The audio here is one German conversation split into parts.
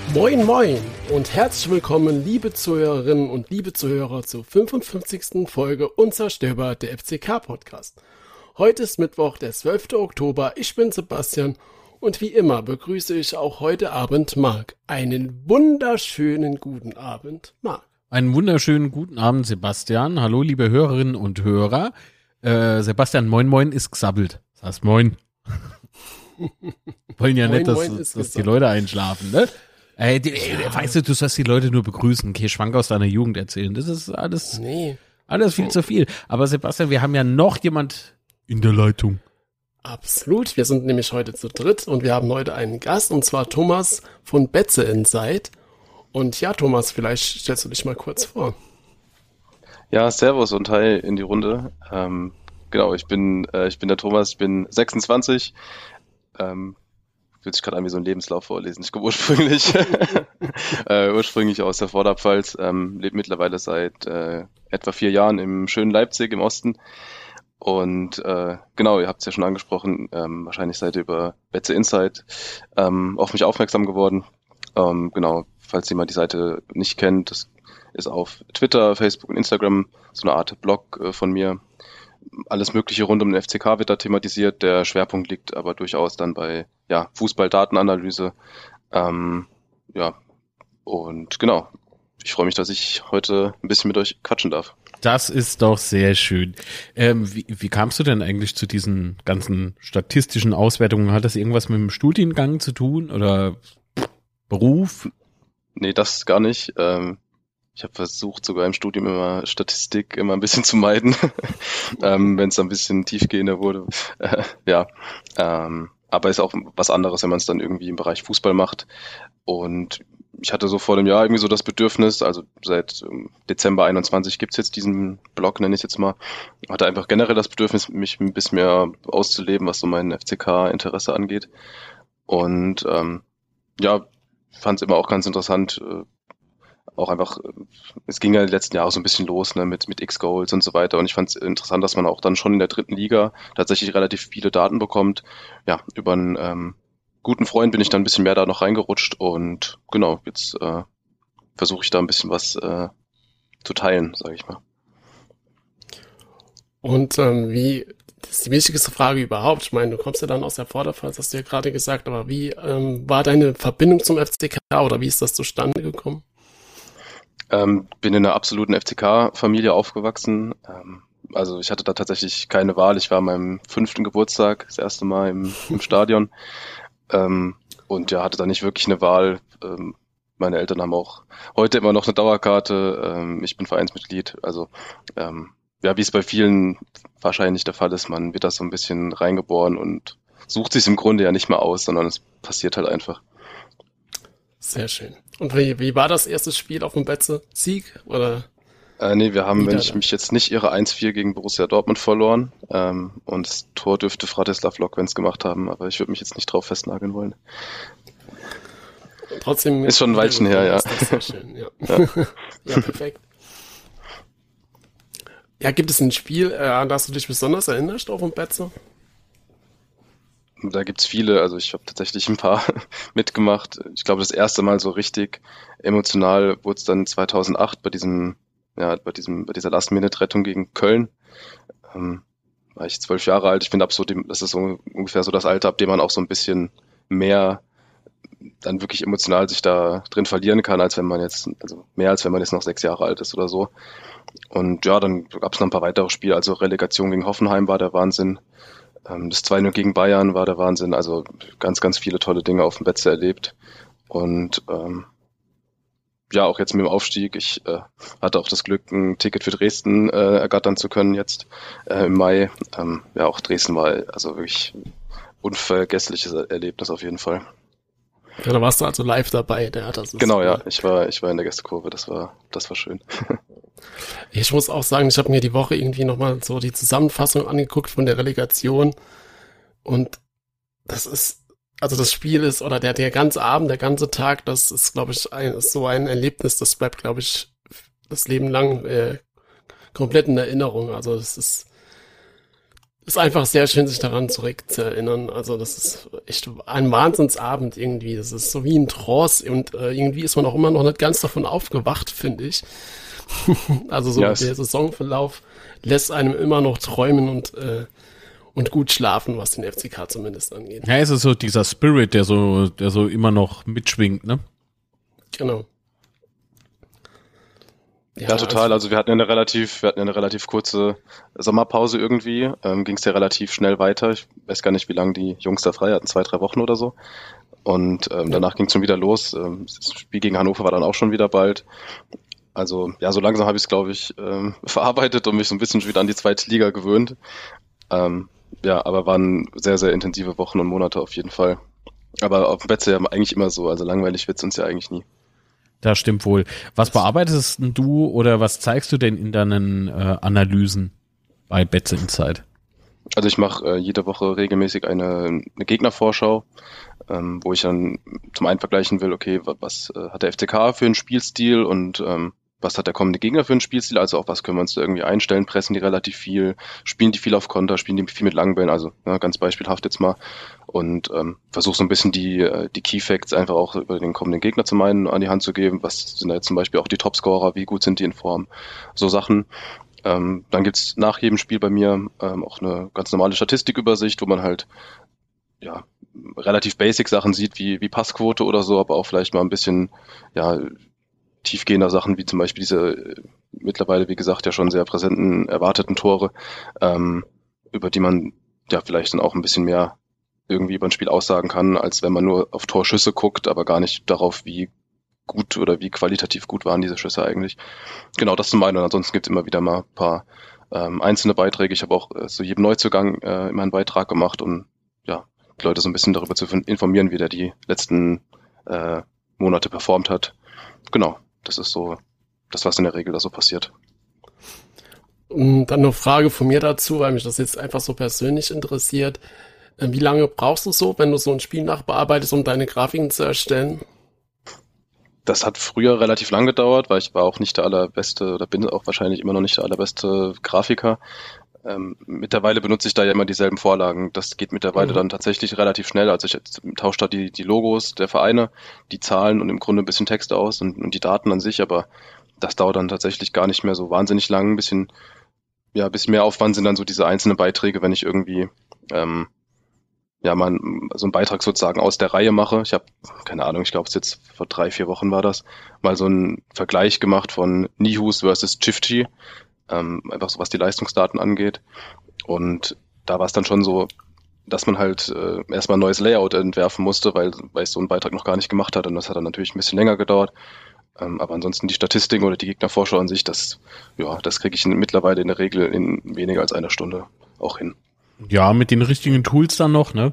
Moin Moin und herzlich willkommen, liebe Zuhörerinnen und liebe Zuhörer, zur 55. Folge Unzerstörbar, der FCK-Podcast. Heute ist Mittwoch, der 12. Oktober, ich bin Sebastian und wie immer begrüße ich auch heute Abend Marc. Einen wunderschönen guten Abend, Marc. Einen wunderschönen guten Abend, Sebastian. Hallo, liebe Hörerinnen und Hörer. Sebastian, moin moin ist gesabbelt. Das heißt moin. Wollen ja Moin, nicht, moin dass die Leute einschlafen, ne? Weißt du sollst die Leute nur begrüßen, okay, Schwank aus deiner Jugend erzählen. Das ist alles viel zu viel. Aber Sebastian, wir haben ja noch jemand in der Leitung. Absolut, wir sind nämlich heute zu dritt und wir haben heute einen Gast, und zwar Thomas von Betze Insight. Und ja, Thomas, vielleicht stellst du dich mal kurz vor. Ja, Servus und hi in die Runde. Genau, ich bin der Thomas, ich bin 26. Fühlt sich gerade an wie so ein Lebenslauf vorlesen. Ich komme ursprünglich aus der Vorderpfalz, lebe mittlerweile seit etwa 4 Jahren im schönen Leipzig im Osten. Und genau, ihr habt es ja schon angesprochen, wahrscheinlich seid ihr über Betze Insight auf mich aufmerksam geworden. Genau, falls jemand die Seite nicht kennt, das ist auf Twitter, Facebook und Instagram so eine Art Blog von mir. Alles Mögliche rund um den FCK wird da thematisiert. Der Schwerpunkt liegt aber durchaus dann bei Fußball-Datenanalyse. Ja, und genau, ich freue mich, dass ich heute ein bisschen mit euch quatschen darf. Das ist doch sehr schön. Wie kamst du denn eigentlich zu diesen ganzen statistischen Auswertungen? Hat das irgendwas mit dem Studiengang zu tun oder Beruf? Nee, das gar nicht. Ich habe versucht, sogar im Studium immer Statistik immer ein bisschen zu meiden, wenn es ein bisschen tiefgehender wurde. Aber ist auch was anderes, wenn man es dann irgendwie im Bereich Fußball macht. Und ich hatte so vor dem Jahr irgendwie so das Bedürfnis, also seit Dezember 21 gibt's jetzt diesen Blog, nenne ich es jetzt mal, hatte einfach generell das Bedürfnis, mich ein bisschen mehr auszuleben, was so mein FCK-Interesse angeht. Und fand es immer auch ganz interessant, auch einfach, es ging ja die letzten Jahre so ein bisschen los, ne, mit X-Goals und so weiter. Und ich fand es interessant, dass man auch dann schon in der 3. Liga tatsächlich relativ viele Daten bekommt. Ja, über einen guten Freund bin ich dann ein bisschen mehr da noch reingerutscht und genau, jetzt versuche ich da ein bisschen was zu teilen, sage ich mal. Und das ist die wichtigste Frage überhaupt. Ich meine, du kommst ja dann aus der Vorderpfalz, hast du ja gerade gesagt, aber wie war deine Verbindung zum FCK oder wie ist das zustande gekommen? Bin in einer absoluten FCK-Familie aufgewachsen. Also ich hatte da tatsächlich keine Wahl. Ich war an meinem 5. Geburtstag das erste Mal im Stadion und ja, hatte da nicht wirklich eine Wahl. Meine Eltern haben auch heute immer noch eine Dauerkarte. Ich bin Vereinsmitglied. Also wie es bei vielen wahrscheinlich der Fall ist, man wird da so ein bisschen reingeboren und sucht sich im Grunde ja nicht mehr aus, sondern es passiert halt einfach. Sehr schön. Und wie war das erste Spiel auf dem Betze? Sieg oder? Nee, wir haben, wenn ich mich jetzt nicht irre, 1-4 gegen Borussia Dortmund verloren. Und das Tor dürfte Vratislav Lokwenz gemacht haben, aber ich würde mich jetzt nicht drauf festnageln wollen. Trotzdem ist schon ein Weilchen her, ja. Das ist sehr schön, ja. Ja, perfekt. Ja, gibt es ein Spiel, an das du dich besonders erinnerst auf dem Betze? Da gibt's viele, also ich habe tatsächlich ein paar mitgemacht. Ich glaube, das erste Mal so richtig emotional wurde es dann 2008 bei dieser Last-Minute-Rettung gegen Köln. War ich 12 Jahre alt. Ich finde, das ist so ungefähr so das Alter, ab dem man auch so ein bisschen mehr dann wirklich emotional sich da drin verlieren kann, als wenn man jetzt noch 6 Jahre alt ist oder so. Und ja, dann gab's noch ein paar weitere Spiele, also Relegation gegen Hoffenheim war der Wahnsinn. Das 2-0 gegen Bayern war der Wahnsinn. Also ganz, ganz viele tolle Dinge auf dem Betze erlebt. Und auch jetzt mit dem Aufstieg. Ich hatte auch das Glück, ein Ticket für Dresden ergattern zu können jetzt im Mai. Auch Dresden war also wirklich ein unvergessliches Erlebnis auf jeden Fall. Ja, da warst du also live dabei. Genau, ja. Ich war in der Gästekurve. Das war schön. Ich muss auch sagen, ich habe mir die Woche irgendwie nochmal so die Zusammenfassung angeguckt von der Relegation und das Spiel ist, oder der ganze Abend, der ganze Tag, das ist, glaube ich, so ein Erlebnis, das bleibt, glaube ich, das Leben lang komplett in Erinnerung. Also es ist einfach sehr schön, sich daran zurückzuerinnern. Also das ist echt ein Wahnsinnsabend irgendwie. Das ist so wie ein Trance und irgendwie ist man auch immer noch nicht ganz davon aufgewacht, finde ich. Also so der Saisonverlauf lässt einem immer noch träumen und gut schlafen, was den FCK zumindest angeht. Ja, es ist so dieser Spirit, der so immer noch mitschwingt, ne? Genau. Ja, total. Also wir hatten ja eine relativ kurze Sommerpause irgendwie. Ging es ja relativ schnell weiter. Ich weiß gar nicht, wie lange die Jungs da frei hatten, 2-3 Wochen oder so. Und danach ging es schon wieder los. Das Spiel gegen Hannover war dann auch schon wieder bald. Also ja, so langsam habe ich es, glaube ich, verarbeitet und mich so ein bisschen wieder an die zweite Liga gewöhnt. Ja, aber waren sehr, sehr intensive Wochen und Monate auf jeden Fall. Aber auf dem Betze ja eigentlich immer so. Also langweilig wird's uns ja eigentlich nie. Das stimmt wohl. Was bearbeitest du oder was zeigst du denn in deinen Analysen bei Betze Insight? Also ich mache jede Woche regelmäßig eine Gegnervorschau, wo ich dann zum einen vergleichen will, okay, was hat der FCK für einen Spielstil und was hat der kommende Gegner für einen Spielstil, also auf was können wir uns da irgendwie einstellen, pressen die relativ viel, spielen die viel auf Konter, spielen die viel mit langen Bällen, also ganz beispielhaft jetzt mal und versuche so ein bisschen die Key Facts einfach auch über den kommenden Gegner zu meinen an die Hand zu geben, was sind da jetzt zum Beispiel auch die Topscorer, wie gut sind die in Form, so Sachen. Dann gibt's nach jedem Spiel bei mir auch eine ganz normale Statistikübersicht, wo man halt ja relativ basic Sachen sieht, wie Passquote oder so, aber auch vielleicht mal ein bisschen tiefgehender Sachen, wie zum Beispiel diese mittlerweile, wie gesagt, ja schon sehr präsenten erwarteten Tore, über die man ja vielleicht dann auch ein bisschen mehr irgendwie über ein Spiel aussagen kann, als wenn man nur auf Torschüsse guckt, aber gar nicht darauf, wie gut oder wie qualitativ gut waren diese Schüsse eigentlich. Genau, das zum einen. Und ansonsten gibt es immer wieder mal ein paar einzelne Beiträge. Ich habe auch zu jedem Neuzugang immer einen Beitrag gemacht, um ja die Leute so ein bisschen darüber zu informieren, wie der die letzten Monate performt hat. Genau, das ist so das, was in der Regel da so passiert. Und dann noch Frage von mir dazu, weil mich das jetzt einfach so persönlich interessiert. Wie lange brauchst du so, wenn du so ein Spiel nachbearbeitest, um deine Grafiken zu erstellen? Das hat früher relativ lang gedauert, weil ich war auch nicht der allerbeste oder bin auch wahrscheinlich immer noch nicht der allerbeste Grafiker. Mittlerweile benutze ich da ja immer dieselben Vorlagen. Das geht mittlerweile dann tatsächlich relativ schnell. Also ich tausche da die Logos der Vereine, die Zahlen und im Grunde ein bisschen Text aus und die Daten an sich, aber das dauert dann tatsächlich gar nicht mehr so wahnsinnig lang. Ein bisschen mehr Aufwand sind dann so diese einzelnen Beiträge, wenn ich irgendwie mal so einen Beitrag sozusagen aus der Reihe mache. Ich habe, keine Ahnung, ich glaube es jetzt vor 3-4 Wochen war das, mal so einen Vergleich gemacht von Nihus versus Chifchi, einfach so was die Leistungsdaten angeht. Und da war es dann schon so, dass man halt erstmal ein neues Layout entwerfen musste, weil ich so einen Beitrag noch gar nicht gemacht hatte und das hat dann natürlich ein bisschen länger gedauert. Aber ansonsten die Statistiken oder die Gegnervorschau an sich, das kriege ich mittlerweile in der Regel in weniger als einer Stunde auch hin. Ja, mit den richtigen Tools dann noch, ne?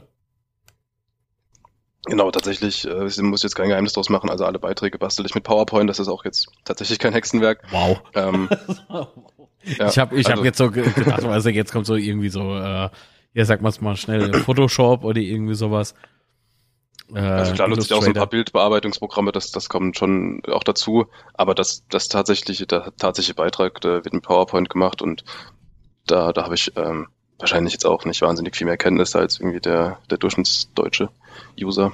Genau, tatsächlich, ich muss jetzt kein Geheimnis draus machen, also alle Beiträge bastel ich mit PowerPoint, das ist auch jetzt tatsächlich kein Hexenwerk. Wow. Ja, ich hab jetzt so gedacht, also jetzt kommt so irgendwie so, sag mal schnell, Photoshop oder irgendwie sowas. Also klar nutze ich auch so ein paar Bildbearbeitungsprogramme, das kommt schon auch dazu, aber der tatsächliche Beitrag, der wird mit PowerPoint gemacht und da habe ich wahrscheinlich jetzt auch nicht wahnsinnig viel mehr Kenntnisse als irgendwie der durchschnittsdeutsche User.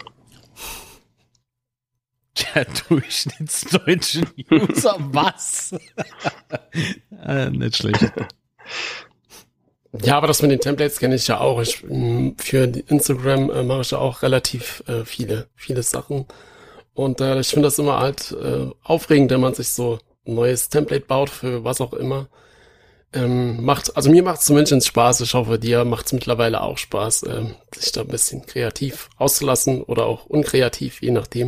Der durchschnittsdeutsche User, was? Nicht schlecht. Ja, aber das mit den Templates kenne ich ja auch. Für Instagram mache ich ja auch relativ viele Sachen. Und ich finde das immer halt aufregend, wenn man sich so ein neues Template baut für was auch immer. Mir macht es zumindest Spaß. Ich hoffe, dir macht es mittlerweile auch Spaß, sich da ein bisschen kreativ auszulassen oder auch unkreativ, je nachdem.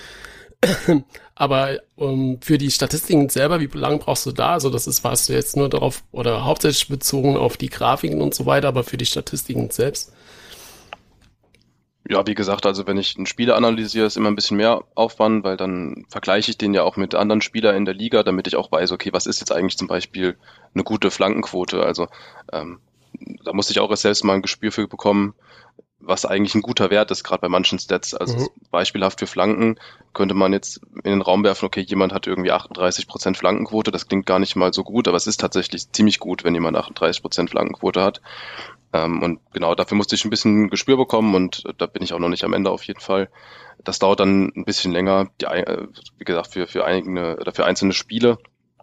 Aber für die Statistiken selber, wie lange brauchst du da? Also warst du jetzt nur darauf oder hauptsächlich bezogen auf die Grafiken und so weiter, aber für die Statistiken selbst? Ja, wie gesagt, also wenn ich einen Spieler analysiere, ist immer ein bisschen mehr Aufwand, weil dann vergleiche ich den ja auch mit anderen Spielern in der Liga, damit ich auch weiß, okay, was ist jetzt eigentlich zum Beispiel eine gute Flankenquote? Also da musste ich auch erst selbst mal ein Gespür für bekommen, was eigentlich ein guter Wert ist, gerade bei manchen Stats. Also beispielhaft für Flanken könnte man jetzt in den Raum werfen, okay, jemand hat irgendwie 38% Flankenquote, das klingt gar nicht mal so gut, aber es ist tatsächlich ziemlich gut, wenn jemand 38% Flankenquote hat. Und genau, dafür musste ich ein bisschen Gespür bekommen und da bin ich auch noch nicht am Ende auf jeden Fall. Das dauert dann ein bisschen länger, wie gesagt, für einzelne Spiele.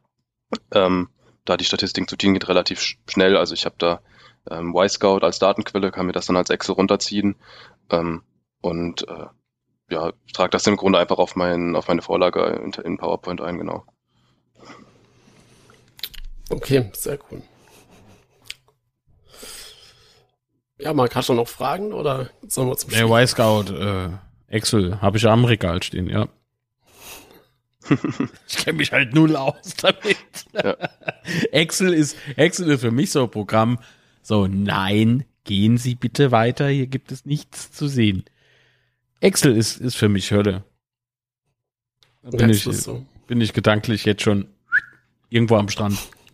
Da die Statistik zu ziehen geht relativ schnell, also ich habe da Y-Scout als Datenquelle, kann mir das dann als Excel runterziehen und ich trage das im Grunde einfach auf meine Vorlage in PowerPoint ein, genau. Okay, sehr cool. Ja, Marc, hast du noch Fragen oder sollen wir zum Spiel? Y-Scout, Excel, habe ich am Regal stehen, ja. Ich kenne mich halt null aus damit. Ja. Excel ist für mich so ein Programm, so, nein, gehen Sie bitte weiter, hier gibt es nichts zu sehen. Excel ist für mich Hölle. Bin ich gedanklich jetzt schon irgendwo am Strand.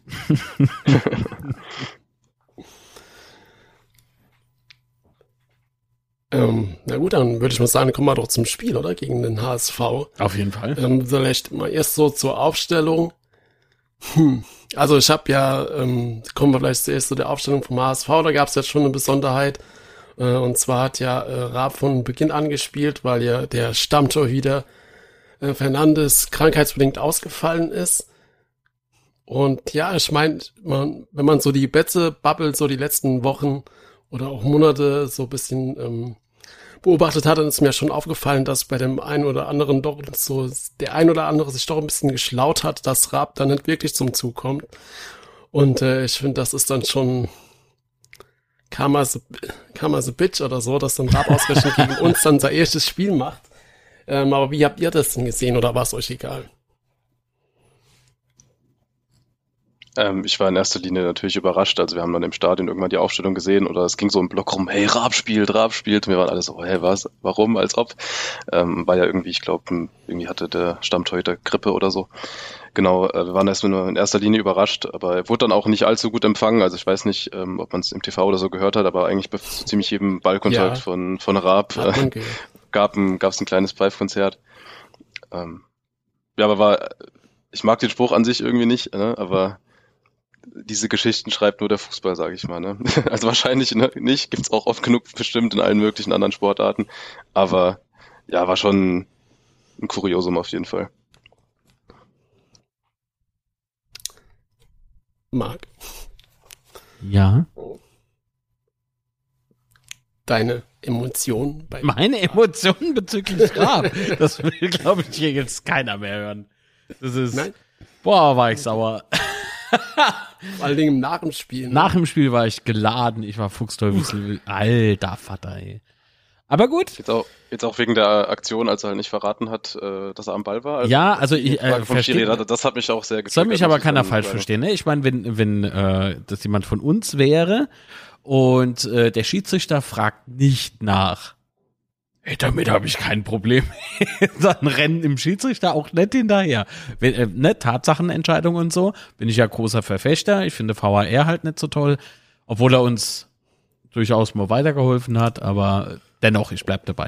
Na gut, dann würde ich mal sagen, kommen wir doch zum Spiel, oder? Gegen den HSV. Auf jeden Fall. Vielleicht mal erst so zur Aufstellung. Also ich habe ja, kommen wir vielleicht zuerst zu der Aufstellung vom HSV, da gab es jetzt schon eine Besonderheit. Und zwar hat ja Raab von Beginn an gespielt, weil ja der Stammtorhüter Fernandes krankheitsbedingt ausgefallen ist. Und ja, ich meine, wenn man so die Betze-Bubble so die letzten Wochen oder auch Monate so ein bisschen beobachtet hat, dann ist mir schon aufgefallen, dass bei dem einen oder anderen doch so der ein oder andere sich doch ein bisschen geschlaut hat, dass Raab dann nicht wirklich zum Zug kommt. Und ich finde, das ist dann schon Karma the Bitch oder so, dass dann Raab ausgerechnet gegen uns dann sein erstes Spiel macht. Aber wie habt ihr das denn gesehen oder war es euch egal? Ich war in erster Linie natürlich überrascht. Also wir haben dann im Stadion irgendwann die Aufstellung gesehen oder es ging so im Block rum, hey, Raab spielt. Und wir waren alle so, hey, was? Warum? Als ob. War ja irgendwie, ich glaube, irgendwie hatte der Stammtorhüter Grippe oder so. Genau, wir waren erst nur in erster Linie überrascht, aber er wurde dann auch nicht allzu gut empfangen. Also ich weiß nicht, ob man es im TV oder so gehört hat, aber eigentlich bei so ziemlich jedem Ballkontakt von Raab gab es ein kleines Pfeifkonzert. Aber ich mag den Spruch an sich irgendwie nicht, ne? Aber diese Geschichten schreibt nur der Fußball, sage ich mal. Ne? Also wahrscheinlich nicht, gibt's auch oft genug bestimmt in allen möglichen anderen Sportarten. Aber ja, war schon ein Kuriosum auf jeden Fall. Marc? Ja? Deine Emotionen? Meine Emotionen bezüglich Raab? Das will, glaube ich, hier jetzt keiner mehr hören. Das ist... Nein? Boah, war ich sauer. Vor allen Dingen nach dem Spiel. Ne? Nach dem Spiel war ich geladen, ich war fuchsteufelswild. Alter Vater, ey. Aber gut. Jetzt auch wegen der Aktion, als er halt nicht verraten hat, dass er am Ball war. Also ja, also ich verstehe. Das hat mich auch sehr getriggert. Soll mich aber keiner falsch verstehen, ne? Ich meine, wenn das jemand von uns wäre und der Schiedsrichter fragt nicht nach, hey, damit habe ich kein Problem. Dann rennen im Schiedsrichter auch nicht hinterher. Ne, Tatsachenentscheidung und so, bin ich ja großer Verfechter. Ich finde VAR halt nicht so toll, obwohl er uns durchaus mal weitergeholfen hat, aber dennoch, ich bleib dabei.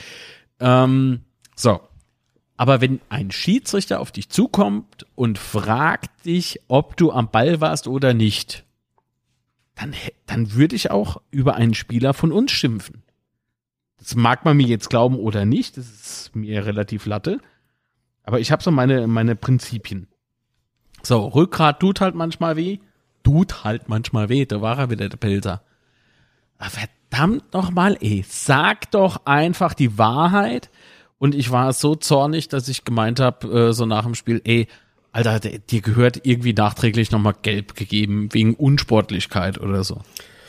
So. Aber wenn ein Schiedsrichter auf dich zukommt und fragt dich, ob du am Ball warst oder nicht, dann würde ich auch über einen Spieler von uns schimpfen. Das mag man mir jetzt glauben oder nicht, das ist mir relativ Latte. Aber ich habe so meine Prinzipien. So, Rückgrat tut halt manchmal weh. Da war er wieder, der Pelzer. Aber verdammt nochmal, sag doch einfach die Wahrheit. Und ich war so zornig, dass ich gemeint habe, so nach dem Spiel, Alter, dir gehört irgendwie nachträglich nochmal gelb gegeben, wegen Unsportlichkeit oder so.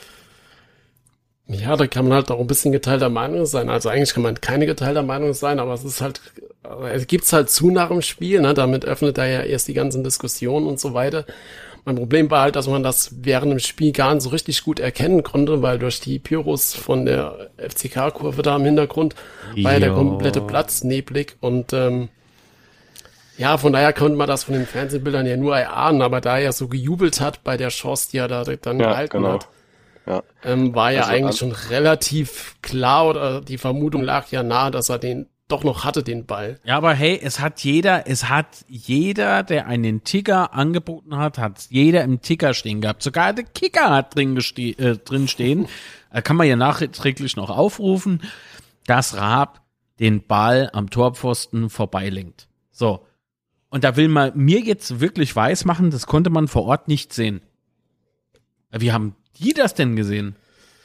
Ja, da kann man halt auch ein bisschen geteilter Meinung sein. Also eigentlich kann man keine geteilter Meinung sein, aber es gibt's halt zu nach dem Spiel, ne? Damit öffnet er ja erst die ganzen Diskussionen und so weiter. Mein Problem war halt, dass man das während dem Spiel gar nicht so richtig gut erkennen konnte, weil durch die Pyros von der FCK-Kurve da im Hintergrund war ja der komplette Platz neblig und von daher konnte man das von den Fernsehbildern ja nur erahnen, aber da er so gejubelt hat bei der Chance, die er da dann gehalten hat, Ja. War ja eigentlich schon relativ klar, oder die Vermutung lag ja nahe, dass er den doch noch hatte, den Ball. Ja, aber hey, es hat jeder, der einen Ticker angeboten hat jeder im Ticker stehen gehabt. Sogar der Kicker hat drin stehen. Kann man ja nachträglich noch aufrufen, dass Raab den Ball am Torpfosten vorbeilenkt. So. Und da will man mir jetzt wirklich weismachen, das konnte man vor Ort nicht sehen. Wie haben die das denn gesehen?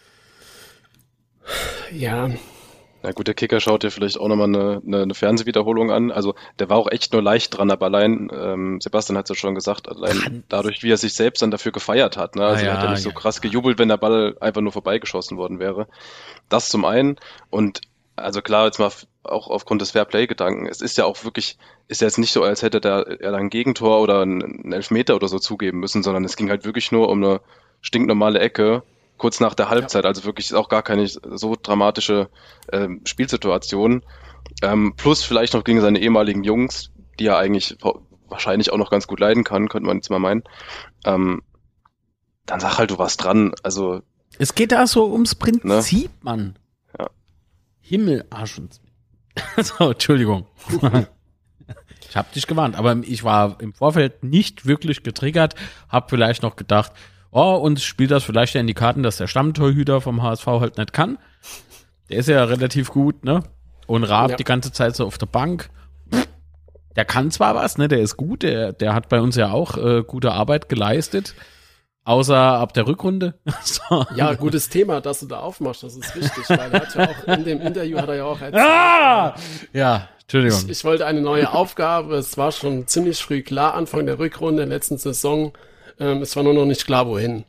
Ja. Na gut, der Kicker schaut dir vielleicht auch nochmal eine Fernsehwiederholung an. Also der war auch echt nur leicht dran, aber allein, Sebastian hat es ja schon gesagt, allein dadurch, wie er sich selbst dann dafür gefeiert hat. Ne? Also er hat ja nicht so krass gejubelt, wenn der Ball einfach nur vorbeigeschossen worden wäre. Das zum einen. Und also klar, jetzt mal auch aufgrund des Fairplay-Gedanken, es ist ja auch wirklich, ist ja jetzt nicht so, als hätte er da ein Gegentor oder einen Elfmeter oder so zugeben müssen, sondern es ging halt wirklich nur um eine stinknormale Ecke, kurz nach der Halbzeit, also wirklich auch gar keine so dramatische Spielsituation. Plus vielleicht noch gegen seine ehemaligen Jungs, die er eigentlich wahrscheinlich auch noch ganz gut leiden kann, könnte man jetzt mal meinen. Dann sag halt, du warst dran. Also es geht da so ums Prinzip, ne? Mann. Ja. Himmel, Arsch und so, Entschuldigung. Ich hab dich gewarnt, aber ich war im Vorfeld nicht wirklich getriggert, hab vielleicht noch gedacht, und spielt das vielleicht ja in die Karten, dass der Stammtorhüter vom HSV halt nicht kann. Der ist ja relativ gut, ne? Und Raab die ganze Zeit so auf der Bank. Der kann zwar was, ne? Der ist gut, der hat bei uns ja auch gute Arbeit geleistet. Außer ab der Rückrunde. So. Ja, gutes Thema, dass du da aufmachst, das ist wichtig, weil er hat ja auch in dem Interview hat er ja auch erzählt. Ja, Entschuldigung. Ich wollte eine neue Aufgabe, es war schon ziemlich früh klar, Anfang der Rückrunde der letzten Saison. Es war nur noch nicht klar, wohin.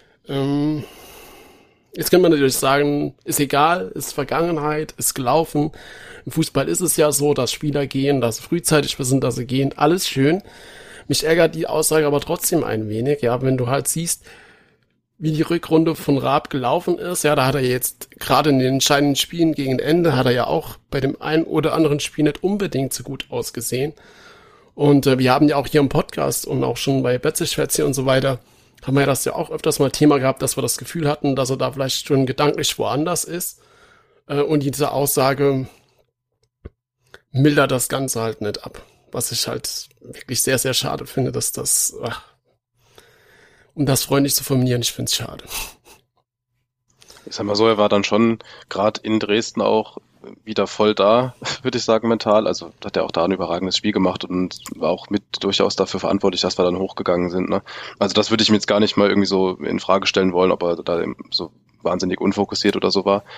Jetzt könnte man natürlich sagen, ist egal, ist Vergangenheit, ist gelaufen. Im Fußball ist es ja so, dass Spieler gehen, dass sie frühzeitig wissen, dass sie gehen. Alles schön. Mich ärgert die Aussage aber trotzdem ein wenig, ja, wenn du halt siehst, wie die Rückrunde von Raab gelaufen ist. Ja, da hat er jetzt gerade in den entscheidenden Spielen gegen Ende, hat er ja auch bei dem einen oder anderen Spiel nicht unbedingt so gut ausgesehen. Und wir haben ja auch hier im Podcast und auch schon bei Betzeschwätze und so weiter, haben wir ja das ja auch öfters mal Thema gehabt, dass wir das Gefühl hatten, dass er da vielleicht schon gedanklich woanders ist. Und diese Aussage mildert das Ganze halt nicht ab. Was ich halt wirklich sehr, sehr schade finde, dass das, um das freundlich zu formulieren, ich finde es schade. Ich sag mal so, er war dann schon gerade in Dresden auch wieder voll da, würde ich sagen, mental. Also hat er auch da ein überragendes Spiel gemacht und war auch mit durchaus dafür verantwortlich, dass wir dann hochgegangen sind. Ne? Also das würde ich mir jetzt gar nicht mal irgendwie so in Frage stellen wollen, ob er da so wahnsinnig unfokussiert oder so war.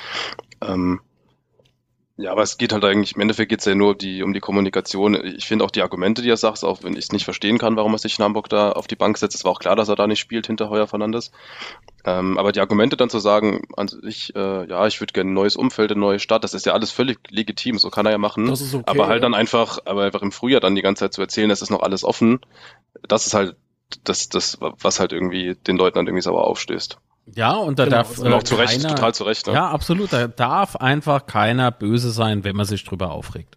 Ja, aber es geht halt eigentlich, im Endeffekt geht es ja nur um die Kommunikation. Ich finde auch die Argumente, die er sagt, auch wenn ich es nicht verstehen kann, warum er sich in Hamburg da auf die Bank setzt. Es war auch klar, dass er da nicht spielt hinter Heuer Fernandes. Aber die Argumente dann zu sagen, an sich, ja, ich würde gerne ein neues Umfeld, eine neue Stadt, das ist ja alles völlig legitim, so kann er ja machen. Das ist okay, aber halt dann einfach im Frühjahr dann die ganze Zeit zu erzählen, es ist noch alles offen, das ist halt das, was halt irgendwie den Leuten dann irgendwie sauer aufstößt. Ja, und da darf und auch total zu Recht. Ne? Ja, absolut. Da darf einfach keiner böse sein, wenn man sich drüber aufregt.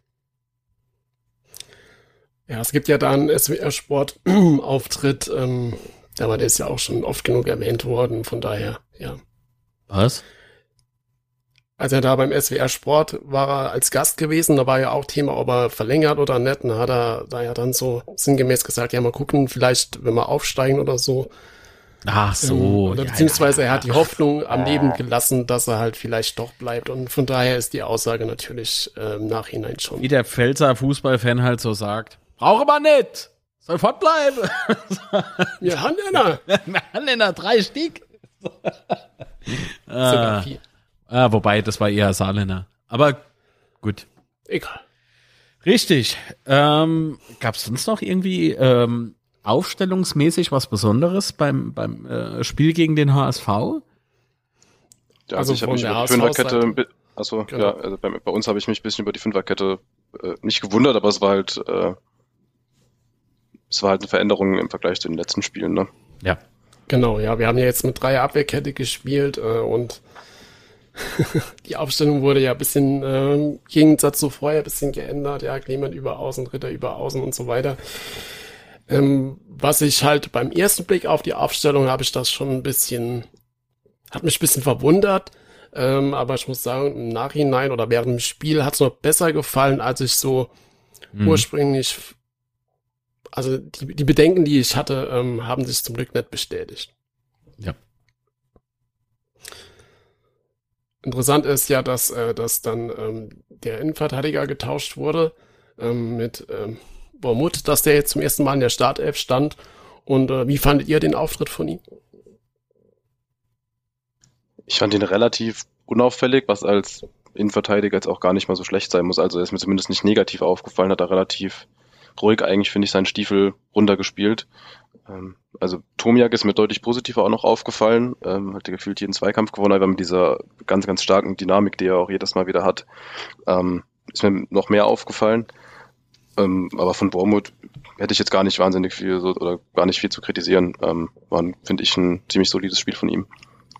Ja, es gibt ja da einen SWR-Sport-Auftritt, aber der ist ja auch schon oft genug erwähnt worden, von daher, ja. Was? Als er da beim SWR-Sport war er als Gast gewesen, da war ja auch Thema, ob er verlängert oder nicht, und da hat er da ja dann so sinngemäß gesagt, ja, mal gucken, vielleicht, wenn wir aufsteigen oder so. Ach so. Oder beziehungsweise er hat die Hoffnung am Leben gelassen, dass er halt vielleicht doch bleibt. Und von daher ist die Aussage natürlich im Nachhinein schon. Wie der Pfälzer Fußballfan halt so sagt, brauche man nicht, soll fortbleiben. Wir haben einer. Wir haben einer 3 Stück. Sogar 4. Wobei, das war eher Saarländer. Aber gut. Egal. Richtig. Gab es sonst noch irgendwie aufstellungsmäßig was Besonderes beim Spiel gegen den HSV? Ja, also ich habe mich über die Fünferkette, genau. Ja, also bei uns habe ich mich ein bisschen über die Fünferkette nicht gewundert, aber es war halt eine Veränderung im Vergleich zu den letzten Spielen, ne? Ja. Genau, ja, wir haben ja jetzt mit 3 Abwehrkette gespielt und die Aufstellung wurde ja ein bisschen im Gegensatz zu vorher ein bisschen geändert, ja, Clement über Außen, Ritter über Außen und so weiter. Was ich halt beim ersten Blick auf die Aufstellung habe ich das schon ein bisschen hat mich ein bisschen verwundert. Aber ich muss sagen, im Nachhinein oder während dem Spiel hat es noch besser gefallen, als ich so ursprünglich, also die Bedenken, die ich hatte, haben sich zum Glück nicht bestätigt. Ja. Interessant ist ja, dass dann der Innenverteidiger getauscht wurde mit Bormuth, dass der jetzt zum ersten Mal in der Startelf stand. Und wie fandet ihr den Auftritt von ihm? Ich fand ihn relativ unauffällig, was als Innenverteidiger jetzt auch gar nicht mal so schlecht sein muss. Also er ist mir zumindest nicht negativ aufgefallen, hat er relativ ruhig eigentlich, finde ich, seinen Stiefel runtergespielt. Also Tomiak ist mir deutlich positiver auch noch aufgefallen. Hat gefühlt jeden Zweikampf gewonnen, aber mit dieser ganz, ganz starken Dynamik, die er auch jedes Mal wieder hat, ist mir noch mehr aufgefallen. Aber von Bormuth hätte ich jetzt gar nicht wahnsinnig viel oder gar nicht viel zu kritisieren. War, finde ich, ein ziemlich solides Spiel von ihm.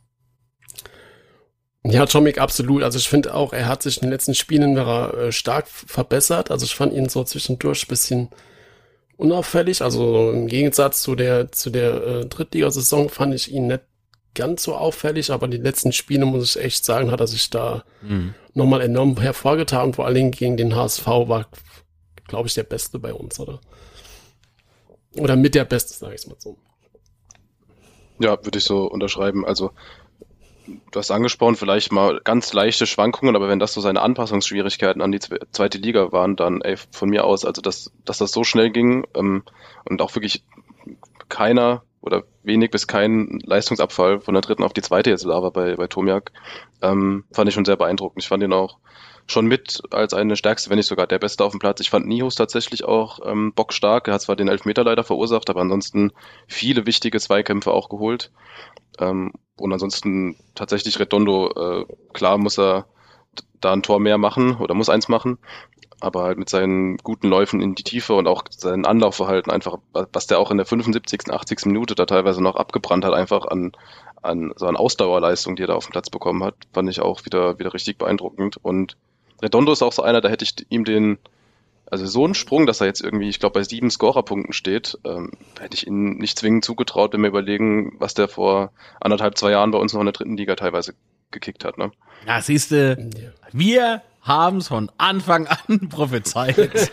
Ja, Tomiak absolut. Also ich finde auch, er hat sich in den letzten Spielen stark verbessert. Also ich fand ihn so zwischendurch ein bisschen unauffällig. Also im Gegensatz zu der Drittligasaison fand ich ihn nicht ganz so auffällig, aber die letzten Spiele, muss ich echt sagen, hat er sich da nochmal enorm hervorgetan. Und vor allen Dingen gegen den HSV war, glaube ich, der Beste bei uns, oder? Oder mit der Beste, sage ich mal so. Ja, würde ich so unterschreiben. Also du hast angesprochen, vielleicht mal ganz leichte Schwankungen, aber wenn das so seine Anpassungsschwierigkeiten an die zweite Liga waren, dann von mir aus, also dass das so schnell ging und auch wirklich keiner oder wenig bis kein Leistungsabfall von der dritten auf die zweite jetzt da war bei Tomiak, fand ich schon sehr beeindruckend. Ich fand ihn auch schon mit als eine stärkste, wenn nicht sogar der Beste auf dem Platz. Ich fand Nihus tatsächlich auch bockstark. Er hat zwar den Elfmeter leider verursacht, aber ansonsten viele wichtige Zweikämpfe auch geholt. Und ansonsten tatsächlich Redondo, klar muss er da ein Tor mehr machen oder muss eins machen, aber halt mit seinen guten Läufen in die Tiefe und auch sein Anlaufverhalten einfach, was der auch in der 75., 80. Minute da teilweise noch abgebrannt hat, einfach an so an Ausdauerleistung, die er da auf dem Platz bekommen hat, fand ich auch wieder richtig beeindruckend. Und Redondo ist auch so einer, da hätte ich ihm also so einen Sprung, dass er jetzt irgendwie, ich glaube, bei 7 Scorerpunkten steht, hätte ich ihm nicht zwingend zugetraut, wenn wir überlegen, was der vor 1,5, 2 Jahren bei uns noch in der dritten Liga teilweise gekickt hat. Ne? Ja, siehste, wir haben es von Anfang an prophezeit.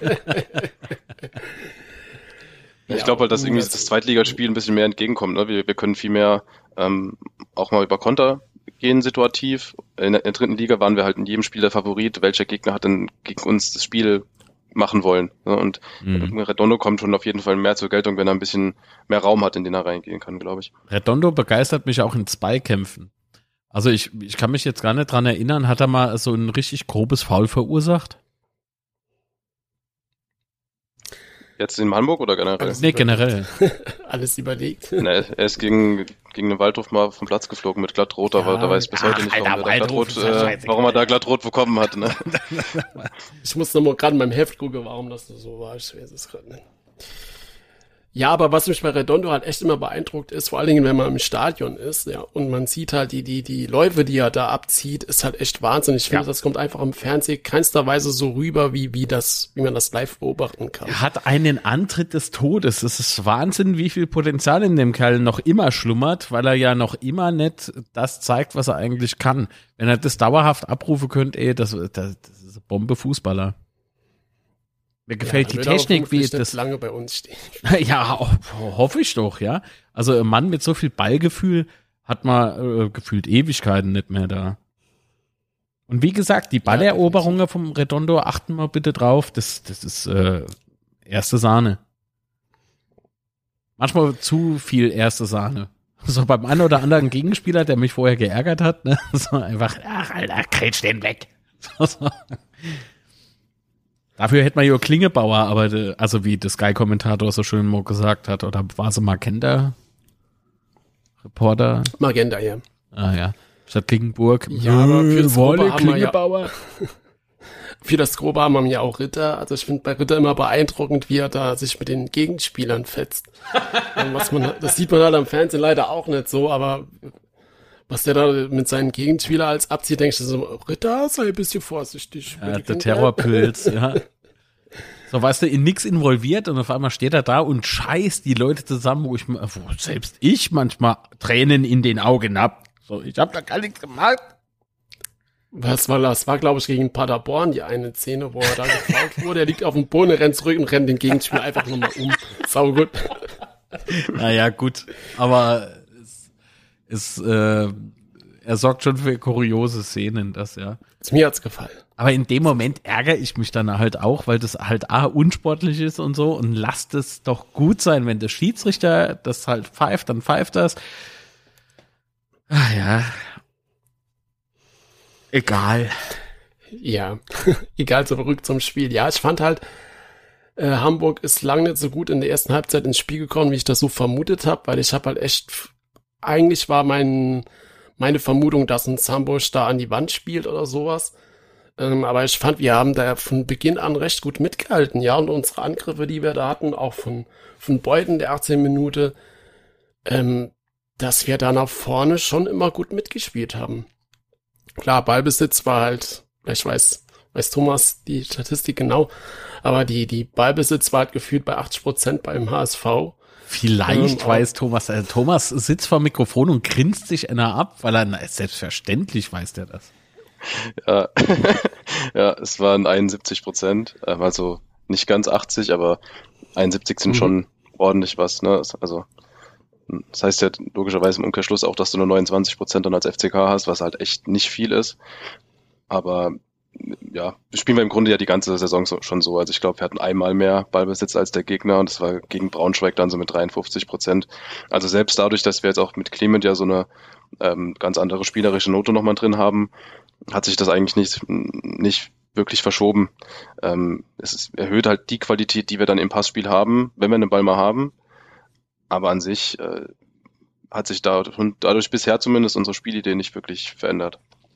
Ich glaube halt, dass irgendwie das Zweitligaspiel ein bisschen mehr entgegenkommt. Ne? Wir können viel mehr auch mal über Konter gehen situativ. In der dritten Liga waren wir halt in jedem Spiel der Favorit. Welcher Gegner hat denn gegen uns das Spiel machen wollen? Ne? Und Redondo kommt schon auf jeden Fall mehr zur Geltung, wenn er ein bisschen mehr Raum hat, in den er reingehen kann, glaube ich. Redondo begeistert mich auch in Zweikämpfen. Also ich kann mich jetzt gar nicht dran erinnern, hat er mal so ein richtig grobes Foul verursacht? Jetzt in Hamburg oder generell? Nee, generell. Alles überlegt. Na, er ist gegen den Waldhof mal vom Platz geflogen mit Glattrot, aber da weiß ich bis heute nicht, warum er da Glattrot bekommen hat. Ne? Ich muss noch mal gerade in meinem Heft gucken, warum das so war. Ich weiß es gerade nicht. Ja, aber was mich bei Redondo halt echt immer beeindruckt ist, vor allen Dingen, wenn man im Stadion ist, ja, und man sieht halt die Läufe, die er da abzieht, ist halt echt Wahnsinn. Ich finde, das kommt einfach im Fernsehen keinster Weise so rüber, wie man das live beobachten kann. Er hat einen Antritt des Todes. Es ist Wahnsinn, wie viel Potenzial in dem Kerl noch immer schlummert, weil er ja noch immer nicht das zeigt, was er eigentlich kann. Wenn er das dauerhaft abrufen könnte, das ist eine Bombe Fußballer. Mir gefällt die Technik, wie das lange bei uns steht. Ja, hoffe ich doch, ja. Also ein Mann mit so viel Ballgefühl hat man gefühlt Ewigkeiten nicht mehr da. Und wie gesagt, die Balleroberungen vom Redondo, achten wir bitte drauf, das ist erste Sahne. Manchmal zu viel erste Sahne. So beim einen oder anderen Gegenspieler, der mich vorher geärgert hat, ne? So einfach, ach Alter, kretsch den weg. So. Dafür hätte man ja Klingebauer, aber also wie der Sky-Kommentator so schön mal gesagt hat, oder war es Magenta? Reporter? Magenta, ja. Ah ja. Statt Klingenburg. Ja, aber für das Grobe haben wir für das Grobe haben wir ja auch Ritter. Also ich finde bei Ritter immer beeindruckend, wie er da sich mit den Gegenspielern fetzt. Das sieht man halt am Fernsehen leider auch nicht so, aber was der da mit seinen Gegenspieler als abzieht, denkst du so, Ritter, sei ein bisschen vorsichtig. Ja, der Terrorpilz, ja. So, weißt du, in nix involviert und auf einmal steht er da und scheißt die Leute zusammen, wo selbst ich manchmal Tränen in den Augen hab. So, ich habe da gar nichts gemacht. Das war, glaube ich, gegen Paderborn die eine Szene, wo er da gefault wurde. Er liegt auf dem Boden, rennt zurück und rennt den Gegenspieler einfach nochmal um. Sau gut. Naja, gut. Aber er sorgt schon für kuriose Szenen, das ja. Mir hat's gefallen. Aber in dem Moment ärgere ich mich dann halt auch, weil das halt unsportlich ist und so, und lasst es doch gut sein, wenn der Schiedsrichter das halt pfeift, dann pfeift das. Ach ja. Egal. Ja, egal, zurück zum Spiel. Ja, ich fand halt, Hamburg ist lange nicht so gut in der ersten Halbzeit ins Spiel gekommen, wie ich das so vermutet habe, weil ich habe halt echt, eigentlich war meine Vermutung, dass uns Hamburg da an die Wand spielt oder sowas. Aber ich fand, wir haben da von Beginn an recht gut mitgehalten, ja, und unsere Angriffe, die wir da hatten, auch von Beuthen der 18 Minute, dass wir da nach vorne schon immer gut mitgespielt haben. Klar, Ballbesitz war halt, vielleicht weiß Thomas die Statistik genau, aber die Ballbesitz war halt gefühlt bei 80% beim HSV. Vielleicht weiß Thomas, Thomas sitzt vor dem Mikrofon und grinst sich einer ab, weil selbstverständlich weiß der das. Ja, ja, es waren 71%, also nicht ganz 80, aber 71 sind schon ordentlich was, ne? Also, das heißt ja logischerweise im Umkehrschluss auch, dass du nur 29% dann als FCK hast, was halt echt nicht viel ist. Aber ja, spielen wir im Grunde ja die ganze Saison schon so. Also ich glaube, wir hatten einmal mehr Ballbesitz als der Gegner und das war gegen Braunschweig dann so mit 53%. Also selbst dadurch, dass wir jetzt auch mit Clement ja so eine ganz andere spielerische Note nochmal drin haben, hat sich das eigentlich nicht wirklich verschoben. Es erhöht halt die Qualität, die wir dann im Passspiel haben, wenn wir den Ball mal haben. Aber an sich hat sich dadurch bisher zumindest unsere Spielidee nicht wirklich verändert.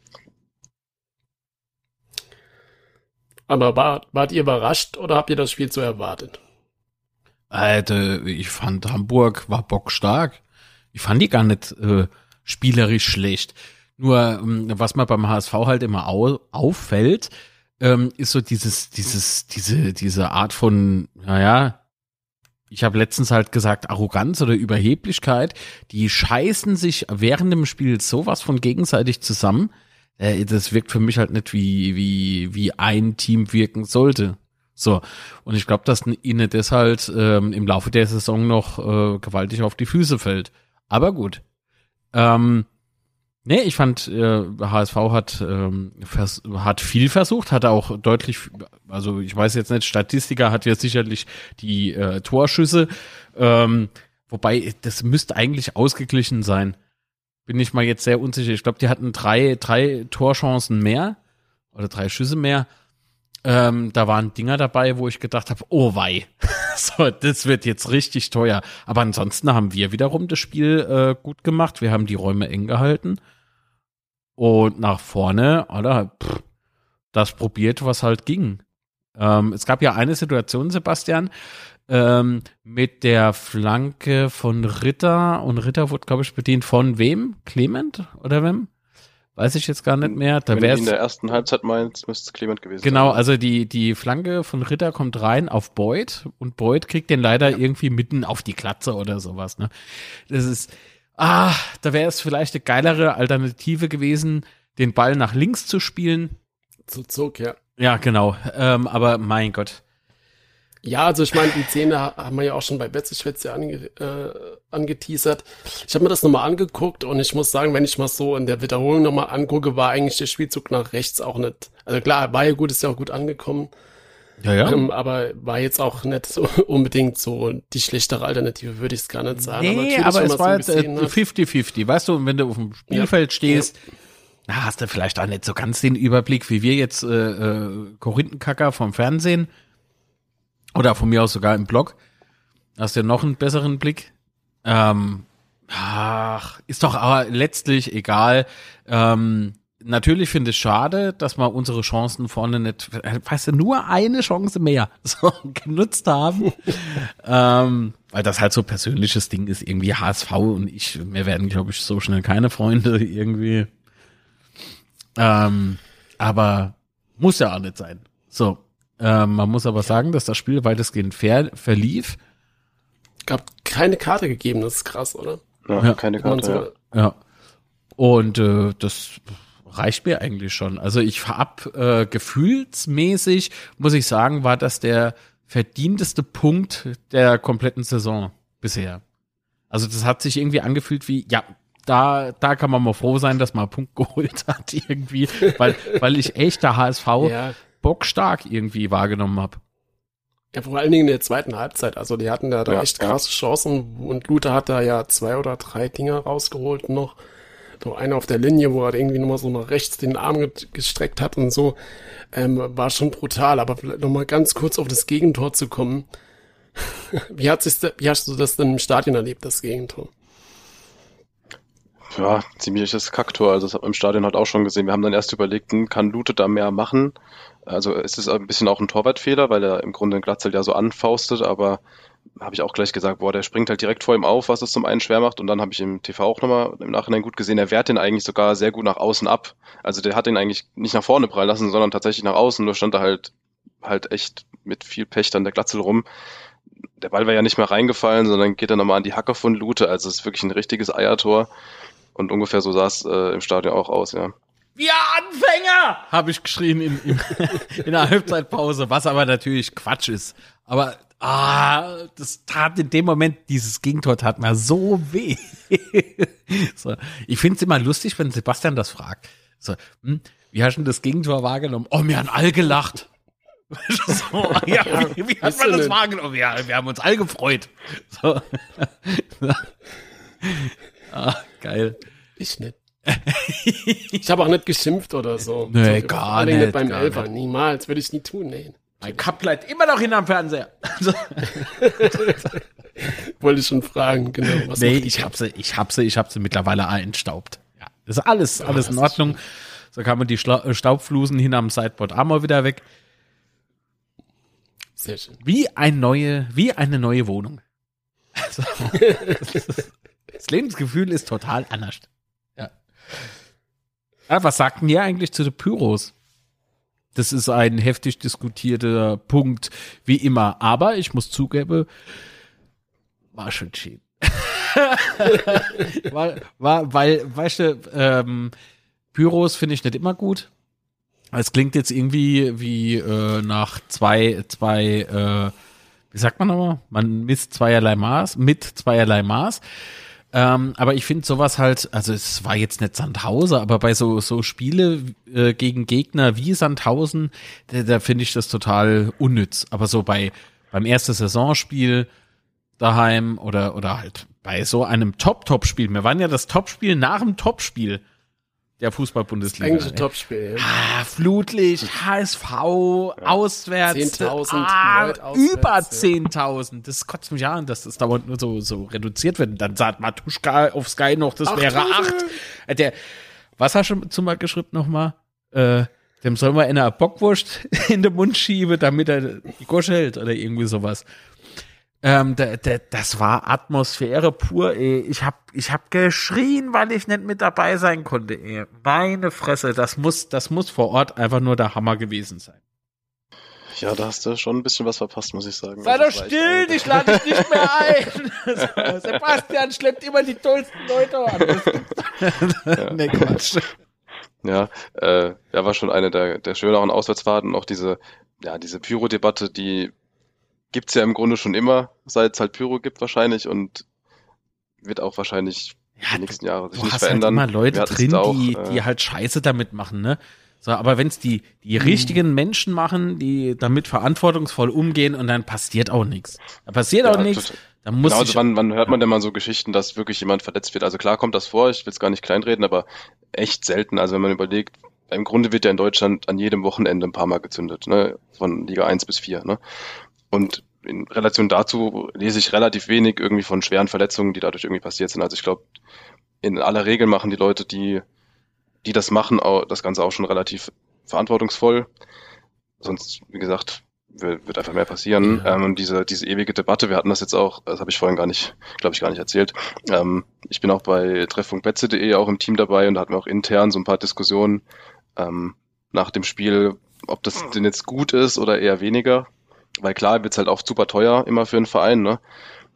Aber wart ihr überrascht oder habt ihr das Spiel so erwartet? Alter, ich fand Hamburg war bockstark. Ich fand die gar nicht spielerisch schlecht. Nur, was mir beim HSV halt immer auffällt, ist so diese Art von, naja, ich habe letztens halt gesagt, Arroganz oder Überheblichkeit, die scheißen sich während dem Spiel sowas von gegenseitig zusammen. Das wirkt für mich halt nicht wie ein Team wirken sollte. So. Und ich glaube, dass ihnen das halt im Laufe der Saison noch gewaltig auf die Füße fällt. Aber gut. Nee, ich fand, HSV hat viel versucht, hat auch deutlich, also ich weiß jetzt nicht, Statistiker hat ja sicherlich die Torschüsse, wobei das müsste eigentlich ausgeglichen sein. Bin ich mal jetzt sehr unsicher. Ich glaube, die hatten drei Torchancen mehr oder 3 Schüsse mehr. Da waren Dinger dabei, wo ich gedacht habe, oh wei, so, das wird jetzt richtig teuer. Aber ansonsten haben wir wiederum das Spiel gut gemacht. Wir haben die Räume eng gehalten. Und nach vorne, oder, das probiert, was halt ging. Es gab ja eine Situation, Sebastian, mit der Flanke von Ritter. Und Ritter wurde, glaube ich, bedient von wem? Clement oder wem? Weiß ich jetzt gar nicht mehr. Wenn du in der ersten Halbzeit meinst, müsste es Clement gewesen sein. Genau, also die Flanke von Ritter kommt rein auf Boyd und Boyd kriegt den leider irgendwie mitten auf die Glatze oder sowas. Ne? Das ist, da wäre es vielleicht eine geilere Alternative gewesen, den Ball nach links zu spielen. Zu Zug, ja. Ja, genau. Aber mein Gott. Ja, also ich meine, die Szene haben wir ja auch schon bei Betzeschwitz ja angeteasert. Ich habe mir das nochmal angeguckt und ich muss sagen, wenn ich mal so in der Wiederholung nochmal angucke, war eigentlich der Spielzug nach rechts auch nicht, also klar, war ja gut, ist ja auch gut angekommen. Ja. Aber war jetzt auch nicht so unbedingt so die schlechtere Alternative, würde ich es gar nicht sagen. Nee, aber es war 50-50, weißt du, und wenn du auf dem Spielfeld stehst, hast du vielleicht auch nicht so ganz den Überblick, wie wir jetzt Korinthenkacker vom Fernsehen oder von mir aus sogar im Blog. Hast du noch einen besseren Blick? Ist doch aber letztlich egal. Natürlich finde ich es schade, dass wir unsere Chancen vorne nicht, weißt du, nur eine Chance mehr so genutzt haben. Weil das halt so persönliches Ding ist, irgendwie HSV und wir werden, glaube ich, so schnell keine Freunde irgendwie. Aber muss ja auch nicht sein. So. Man muss aber sagen, dass das Spiel weitestgehend fair verlief. Gab keine Karte gegeben, das ist krass, oder? Ja, keine Karte, ja. Und das reicht mir eigentlich schon. Also ich habe gefühlsmäßig, muss ich sagen, war das der verdienteste Punkt der kompletten Saison bisher. Also das hat sich irgendwie angefühlt wie, ja, da kann man mal froh sein, dass man einen Punkt geholt hat irgendwie, weil ich echt der HSV bockstark irgendwie wahrgenommen habe. Ja, vor allen Dingen in der zweiten Halbzeit. Also die hatten da echt krasse Chancen und Luther hat da ja 2 oder 3 Dinger rausgeholt noch. So einer auf der Linie, wo er irgendwie nochmal so nach rechts den Arm gestreckt hat und so. War schon brutal. Aber vielleicht nochmal ganz kurz auf das Gegentor zu kommen. Wie hast du das denn im Stadion erlebt, das Gegentor? Ja, ziemliches Kacktor. Also das hat man im Stadion halt auch schon gesehen. Wir haben dann erst überlegt, kann Lute da mehr machen? Also es ist ein bisschen auch ein Torwartfehler, weil er im Grunde den Glatzel ja so anfaustet, aber habe ich auch gleich gesagt, der springt halt direkt vor ihm auf, was es zum einen schwer macht. Und dann habe ich im TV auch nochmal im Nachhinein gut gesehen, er wehrt den eigentlich sogar sehr gut nach außen ab. Also der hat den eigentlich nicht nach vorne prallen lassen, sondern tatsächlich nach außen. Nur stand da halt echt mit viel Pech dann der Glatzel rum. Der Ball wäre ja nicht mehr reingefallen, sondern geht dann nochmal an die Hacke von Lute. Also es ist wirklich ein richtiges Eiertor. Und ungefähr so sah es im Stadion auch aus, ja. Wir Anfänger! Habe ich geschrien in der Halbzeitpause, was aber natürlich Quatsch ist. Aber das tat in dem Moment, dieses Gegentor tat mir so weh. So, ich finde es immer lustig, wenn Sebastian das fragt. So, wie hast du denn das Gegentor wahrgenommen? Oh, mir haben alle gelacht. So, ja, wie hat man das wahrgenommen? Ja, wir haben uns alle gefreut. So. Geil. Ich nicht. Ich habe auch nicht geschimpft oder so. Nee, so, gar nicht. Beim Elfer. Niemals. Würde ich nie tun. Nee. Mein Cup bleibt immer noch hinterm Fernseher. Wollte ich schon fragen, genau. Was ich hab sie mittlerweile entstaubt. Ja, das ist alles in Ordnung. So kann man die Staubflusen hinterm Sideboard auch mal wieder weg. Sehr schön. Wie eine neue Wohnung. Also, das Lebensgefühl ist total anders. Ja. Was sagten ihr eigentlich zu den Pyros? Das ist ein heftig diskutierter Punkt, wie immer. Aber ich muss zugeben, war schon schön. weil, weißt du, Pyros finde ich nicht immer gut. Es klingt jetzt irgendwie wie nach zwei, wie sagt man nochmal? Man misst zweierlei Maß, mit zweierlei Maß. Aber ich finde sowas halt, also es war jetzt nicht Sandhausen, aber bei so Spiele gegen Gegner wie Sandhausen, da finde ich das total unnütz. Aber so beim ersten Saisonspiel daheim oder halt bei so einem Top-Spiel, wir waren ja das Topspiel nach dem Topspiel der Fußball-Bundesliga. Eigentlich ein Topspiel. Flutlicht, HSV, auswärts. 10.000 Leute auswärts. Über 10.000. Das kotzt mich an, dass das dauernd nur so reduziert wird. Und dann sagt Matuschka auf Sky noch, das wäre 8. Was hast du zum Beispiel geschrieben nochmal? Dem soll man eine Bockwurst in den Mund schieben, damit er die Gosche hält oder irgendwie sowas. Das war Atmosphäre pur, ey. Ich hab geschrien, weil ich nicht mit dabei sein konnte, ey. Meine Fresse, das muss vor Ort einfach nur der Hammer gewesen sein. Ja, da hast du schon ein bisschen was verpasst, muss ich sagen. Sei doch still, ich lade dich nicht mehr ein. Sebastian schleppt immer die tollsten Leute an. Nee, Quatsch. Ja, war schon eine der schöneren Auswärtsfahrten. Auch diese Pyro-Debatte, die gibt's ja im Grunde schon immer, seit es halt Pyro gibt wahrscheinlich und wird auch wahrscheinlich die nächsten Jahre sich nicht verändern. Halt immer Leute drin, die halt Scheiße damit machen, ne? So, aber wenn es die richtigen Menschen machen, die damit verantwortungsvoll umgehen und dann passiert auch nichts. Da passiert auch nichts. Dann muss wann hört man denn mal so Geschichten, dass wirklich jemand verletzt wird? Also klar kommt das vor, ich will es gar nicht kleinreden, aber echt selten. Also wenn man überlegt, im Grunde wird ja in Deutschland an jedem Wochenende ein paar Mal gezündet, ne? Von Liga 1 bis 4, ne? Und in Relation dazu lese ich relativ wenig irgendwie von schweren Verletzungen, die dadurch irgendwie passiert sind. Also ich glaube, in aller Regel machen die Leute, die das machen, auch das Ganze auch schon relativ verantwortungsvoll. Sonst, wie gesagt, wird einfach mehr passieren. Ja. Und diese ewige Debatte, wir hatten das jetzt auch, das habe ich vorhin gar nicht erzählt. Ich bin auch bei Treffpunkt.betze.de auch im Team dabei und da hatten wir auch intern so ein paar Diskussionen nach dem Spiel, ob das denn jetzt gut ist oder eher weniger. Weil klar, wird's halt auch super teuer immer für einen Verein, ne?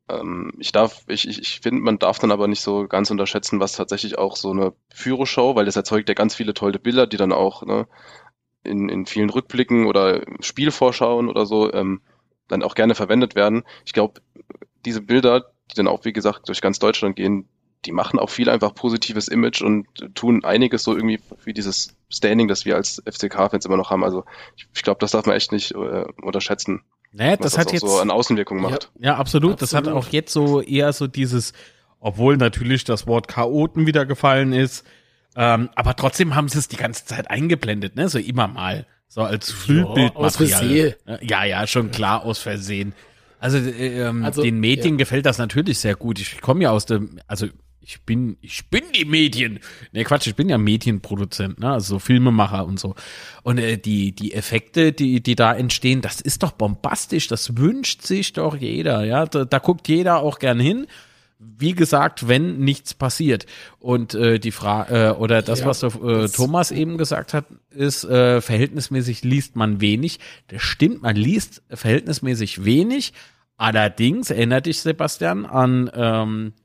Ich finde, man darf dann aber nicht so ganz unterschätzen, was tatsächlich auch so eine Pyroshow, weil das erzeugt ja ganz viele tolle Bilder, die dann auch, ne, in vielen Rückblicken oder Spielvorschauen oder so dann auch gerne verwendet werden. Ich glaube, diese Bilder, die dann auch, wie gesagt, durch ganz Deutschland gehen, die machen auch viel einfach positives Image und tun einiges so irgendwie wie dieses Standing, das wir als FCK-Fans immer noch haben. Also ich glaube, das darf man echt nicht unterschätzen. Naja, was das hat auch jetzt so an Außenwirkung macht. Ja, absolut. Das hat auch jetzt so eher so dieses, obwohl natürlich das Wort Chaoten wieder gefallen ist, aber trotzdem haben sie es die ganze Zeit eingeblendet, ne? So immer mal. So als Füllbildmaterial. Aus Versehen. Ja, schon klar, aus Versehen. Also den Medien gefällt das natürlich sehr gut. Ich komme ja aus dem, also ich bin die Medien. Ne, Quatsch, ich bin ja Medienproduzent, ne? Also so Filmemacher und so. Und die Effekte, die da entstehen, das ist doch bombastisch. Das wünscht sich doch jeder, ja? Da guckt jeder auch gern hin. Wie gesagt, wenn nichts passiert. Und die Frage, oder das, was Thomas eben gesagt hat, ist, verhältnismäßig liest man wenig. Das stimmt, man liest verhältnismäßig wenig. Allerdings erinnert dich, Sebastian, an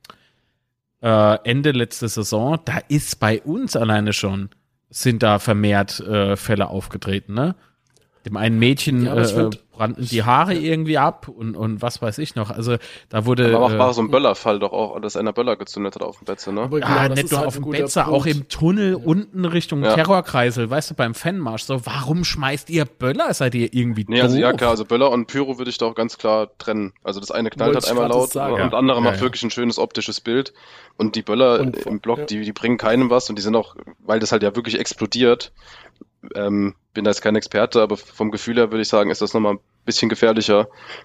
Ende letzte Saison, da ist bei uns alleine schon, sind da vermehrt Fälle aufgetreten, ne? Dem einen Mädchen brannten die Haare irgendwie ab und was weiß ich noch. Also da wurde. Aber war so ein Böllerfall doch auch, dass einer Böller gezündet hat auf dem Betze, ne? Ja, nicht nur auf dem Betze, auch im Tunnel unten Richtung Terrorkreisel, weißt du, beim Fanmarsch. So, warum schmeißt ihr Böller? Seid ihr irgendwie doof? Also ja, klar, also Böller und Pyro würde ich da auch ganz klar trennen. Also das eine knallt halt einmal laut und das andere macht wirklich ein schönes optisches Bild. Und die Böller im Block, die bringen keinem was und die sind auch, weil das halt ja wirklich explodiert. Bin da jetzt kein Experte, aber vom Gefühl her würde ich sagen, ist das nochmal ein bisschen gefährlicher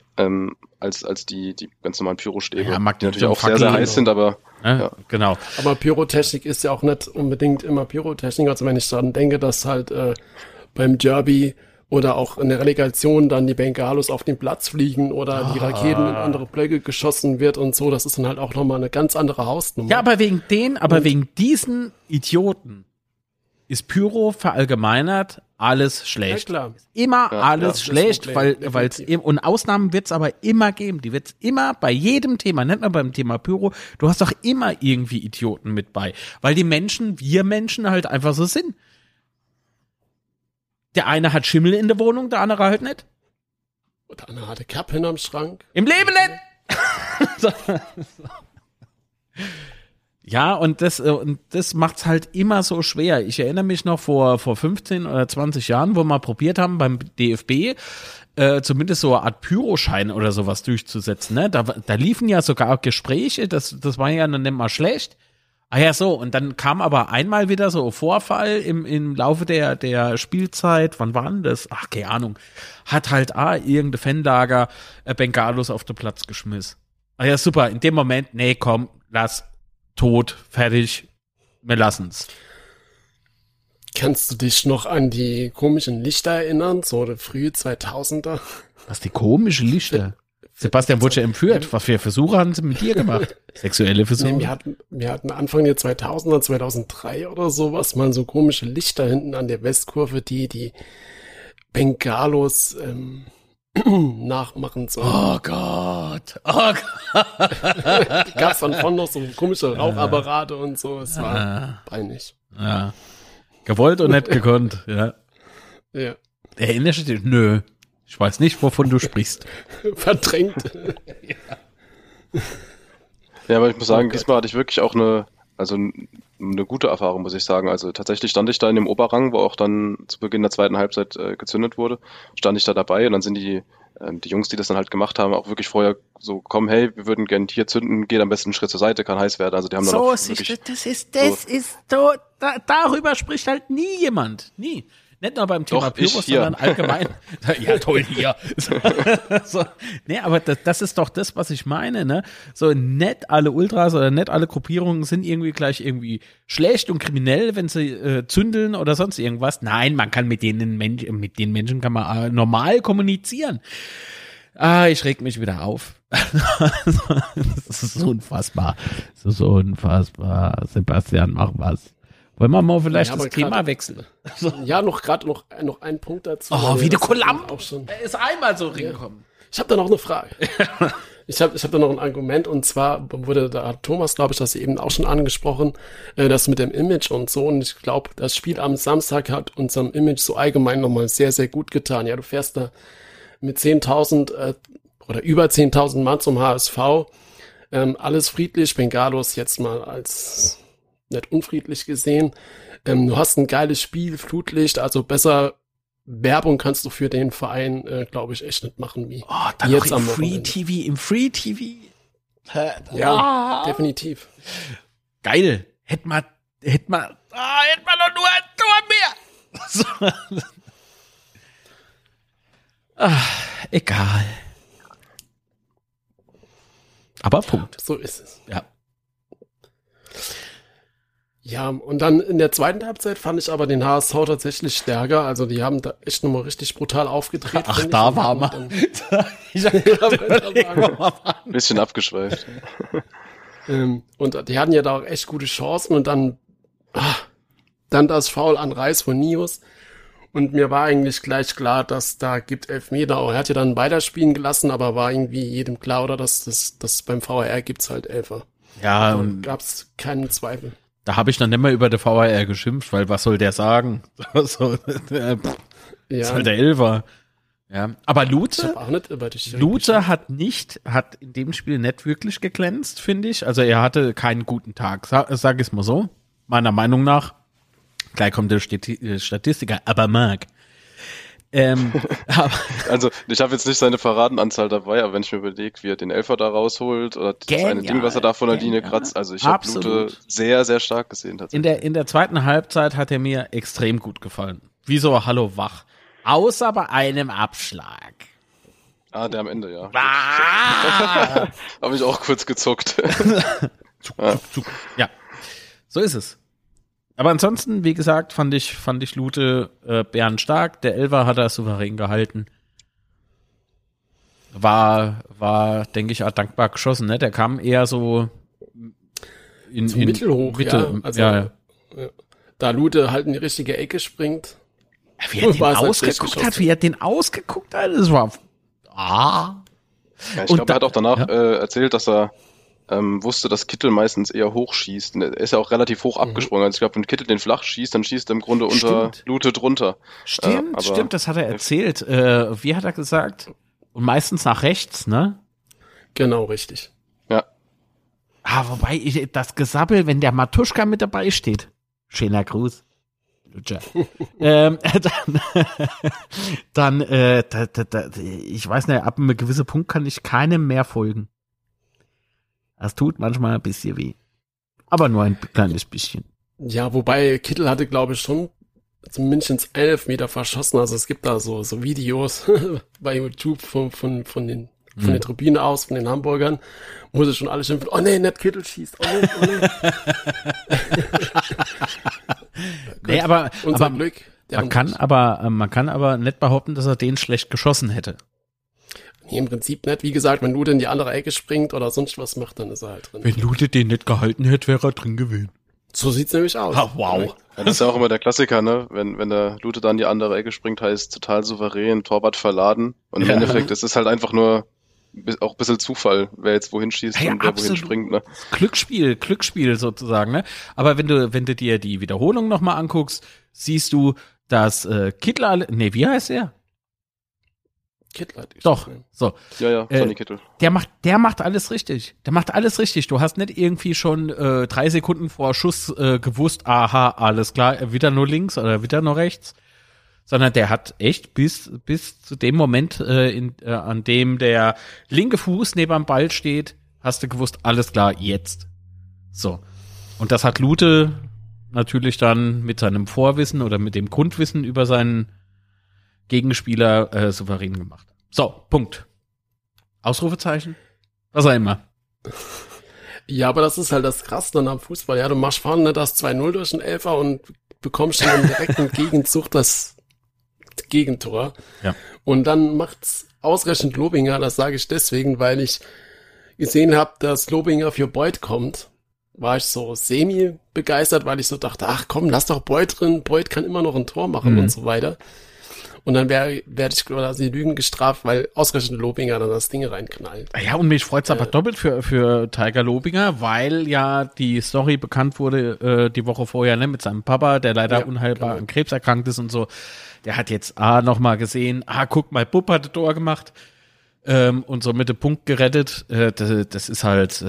als die ganz normalen Pyrostäbe, die natürlich auch sehr, sehr heiß sind, aber genau. Aber Pyrotechnik ist ja auch nicht unbedingt immer Pyrotechnik. Also wenn ich daran denke, dass halt beim Derby oder auch in der Relegation dann die Bengalos auf den Platz fliegen oder die Raketen in andere Blöcke geschossen wird und so, das ist dann halt auch nochmal eine ganz andere Hausnummer. Ja, aber wegen diesen Idioten ist Pyro verallgemeinert alles schlecht. Ja, klar. Immer alles schlecht, weil es und Ausnahmen wird es aber immer geben. Die wird es immer bei jedem Thema, nicht nur beim Thema Pyro, du hast doch immer irgendwie Idioten mit bei. Weil wir Menschen halt einfach so sind. Der eine hat Schimmel in der Wohnung, der andere halt nicht. Und der andere hatte Cap hinterm Schrank. Im Leben nicht! So. Ja, und das macht's halt immer so schwer. Ich erinnere mich noch vor 15 oder 20 Jahren, wo wir mal probiert haben beim DFB, zumindest so eine Art Pyroschein oder sowas durchzusetzen. Ne? Da liefen ja sogar Gespräche, das war ja noch nicht mal schlecht. Ah ja, so, und dann kam aber einmal wieder so ein Vorfall im Laufe der Spielzeit, wann war denn das? Ach, keine Ahnung. Hat halt irgendein Fanlager Bengalos auf den Platz geschmissen. Ah ja, super, in dem Moment, nee, komm, lass, tot, fertig, wir lassen's. Kannst du dich noch an die komischen Lichter erinnern, so der frühe 2000er? Was, die komischen Lichter? Sebastian wurde ja entführt. Was für Versuche haben sie mit dir gemacht? Sexuelle Versuche? Nee, wir hatten Anfang der 2000er, 2003 oder sowas mal so komische Lichter hinten an der Westkurve, die Bengalos nachmachen sollen. Oh Gott. Gab's dann von noch so komische Rauchapparate und so. Es war peinlich. Ja. Gewollt und nicht gekonnt, ja. Ja. Erinnerst du dich? Nö. Ich weiß nicht, wovon du sprichst. Verdrängt. Ja, aber ich muss sagen, diesmal hatte ich wirklich auch eine gute Erfahrung, muss ich sagen. Also tatsächlich stand ich da in dem Oberrang, wo auch dann zu Beginn der zweiten Halbzeit gezündet wurde, stand ich da dabei und dann sind die Jungs, die das dann halt gemacht haben, auch wirklich vorher so, komm, hey, wir würden gerne hier zünden, geht am besten einen Schritt zur Seite, kann heiß werden. Also die haben dann auch wirklich darüber spricht halt nie jemand. Nie. Nicht nur beim Thema Pyro, sondern allgemein. Ja, toll, hier. So. Nee, aber das ist doch das, was ich meine, ne? So, nicht alle Ultras oder nicht alle Gruppierungen sind irgendwie gleich irgendwie schlecht und kriminell, wenn sie zündeln oder sonst irgendwas. Nein, man kann mit den Menschen kann man normal kommunizieren. Ich reg mich wieder auf. Das ist so unfassbar. Das ist so unfassbar. Sebastian, mach was. Wollen wir mal vielleicht das Thema wechseln? Ja, noch ein Punkt dazu. Oh, wie der Kolamp. Er ist einmal so reingekommen. Ich habe da noch eine Frage. Ich hab da noch ein Argument, und zwar wurde da Thomas, glaube ich, das eben auch schon angesprochen, das mit dem Image und so. Und ich glaube, das Spiel am Samstag hat unserem Image so allgemein nochmal sehr, sehr gut getan. Ja, du fährst da mit 10.000 oder über 10.000 Mann zum HSV. Alles friedlich, Bengalos jetzt mal als nicht unfriedlich gesehen. Du hast ein geiles Spiel, Flutlicht, also besser Werbung kannst du für den Verein, glaube ich, echt nicht machen wie dann jetzt noch am im Free-TV. Ja, definitiv. Geil. Hätte man doch nur ein Tor mehr. So. Egal. Aber Punkt. So ist es. Ja. Ja, und dann in der zweiten Halbzeit fand ich aber den HSV tatsächlich stärker. Also die haben da echt nochmal richtig brutal aufgedreht. Ach, da war man. Ein bisschen abgeschweift. Und die hatten ja da auch echt gute Chancen und dann das Foul an Reis von Nius. Und mir war eigentlich gleich klar, dass da gibt Elfmeter. Er hat ja dann weiterspielen gelassen, aber war irgendwie jedem klar, oder dass beim VAR gibt's halt Elfer. Ja, und gab's keinen Zweifel. Da habe ich noch nicht mehr über den VAR geschimpft, weil was soll der sagen? Ist halt der Elfer. Ja, aber Lute hat in dem Spiel nicht wirklich geglänzt, finde ich. Also er hatte keinen guten Tag, sag ich mal so, meiner Meinung nach. Gleich kommt der Statistiker, aber Marc. Also ich habe jetzt nicht seine Paradenanzahl dabei, aber wenn ich mir überlege, wie er den Elfer da rausholt oder das eine Ding, was er da von der Linie kratzt, also ich habe Lute sehr, sehr stark gesehen tatsächlich. In der zweiten Halbzeit hat er mir extrem gut gefallen. Wie so Hallo wach. Außer bei einem Abschlag. Der am Ende, ja. Habe ich auch kurz gezuckt. Zuck. Ja, so ist es. Aber ansonsten, wie gesagt, fand ich Lute Bären stark. Der Elfer hat er souverän gehalten. War, denke ich, auch dankbar geschossen. Ne? Der kam eher so in mittelhoch, Mitte. Ja. Also, ja. Da Lute halt in die richtige Ecke springt. Wie er den ausgeguckt hat, das war Ja, ich glaube, er hat auch danach erzählt, dass er wusste, dass Kittel meistens eher hoch schießt. Er ist ja auch relativ hoch abgesprungen. Also ich glaube, wenn Kittel den flach schießt, dann schießt er im Grunde unter Lute drunter. Stimmt, das hat er erzählt. Wie hat er gesagt? Und meistens nach rechts, ne? Genau, richtig. Ja. Wobei, das Gesabbel, wenn der Matuschka mit dabei steht. Schöner Gruß. Lutscher. Dann, ich weiß nicht, ab einem gewissen Punkt kann ich keinem mehr folgen. Das tut manchmal ein bisschen weh. Aber nur ein kleines bisschen. Ja, wobei Kittel hatte, glaube ich, schon zumindest 11 Meter verschossen. Also es gibt da so Videos bei YouTube von den Tribüne aus, von den Hamburgern, wo sie schon alle schimpfen, oh nee, nicht Kittel schießt, oh nee. Nee, aber Glück. Man kann aber nicht behaupten, dass er den schlecht geschossen hätte. Nee, im Prinzip nicht. Wie gesagt, wenn Lute in die andere Ecke springt oder sonst was macht, dann ist er halt drin. Wenn Lute den nicht gehalten hätte, wäre er drin gewesen. So sieht's nämlich aus. Wow. Ja, das ist ja auch immer der Klassiker, ne? Wenn der Lute dann in die andere Ecke springt, heißt total souverän, Torwart verladen. Und im Endeffekt, es ist halt einfach nur auch ein bisschen Zufall, wer jetzt wohin schießt und wer wohin springt, ne? Glücksspiel sozusagen, ne? Aber wenn du dir die Wiederholung nochmal anguckst, siehst du, dass Kittel, wie heißt er? Kittel. Doch, so. Ja, Sonny Kittel. Der macht alles richtig. Du hast nicht irgendwie schon 3 Sekunden vor Schuss gewusst, aha, alles klar, wieder nur links oder wieder nur rechts. Sondern der hat echt bis zu dem Moment, an dem der linke Fuß neben dem Ball steht, hast du gewusst, alles klar, jetzt. So. Und das hat Lute natürlich dann mit seinem Vorwissen oder mit dem Grundwissen über seinen Gegenspieler souverän gemacht. So, Punkt. Ausrufezeichen? Was auch immer. Ja, aber das ist halt das Krasse dann am Fußball. Ja, du machst vorne das 2-0 durch den Elfer und bekommst dann im direkten Gegenzug das Gegentor. Ja. Und dann macht's ausgerechnet Lobinger, das sage ich deswegen, weil ich gesehen habe, dass Lobinger für Beuth kommt. War ich so semi-begeistert, weil ich so dachte, ach komm, lass doch Beuth drin, Beuth kann immer noch ein Tor machen und so weiter. und dann werde ich quasi Lügen gestraft, weil ausgerechnet Lobinger dann das Ding reinknallt. Ja, und mich freut's aber doppelt für Tiger Lobinger, weil ja die Story bekannt wurde die Woche vorher, ne, mit seinem Papa, der leider unheilbar an Krebs erkrankt ist und so. Der hat jetzt nochmal gesehen, guck mal, Bub hat das Tor gemacht und so mit dem Punkt gerettet. Das ist halt,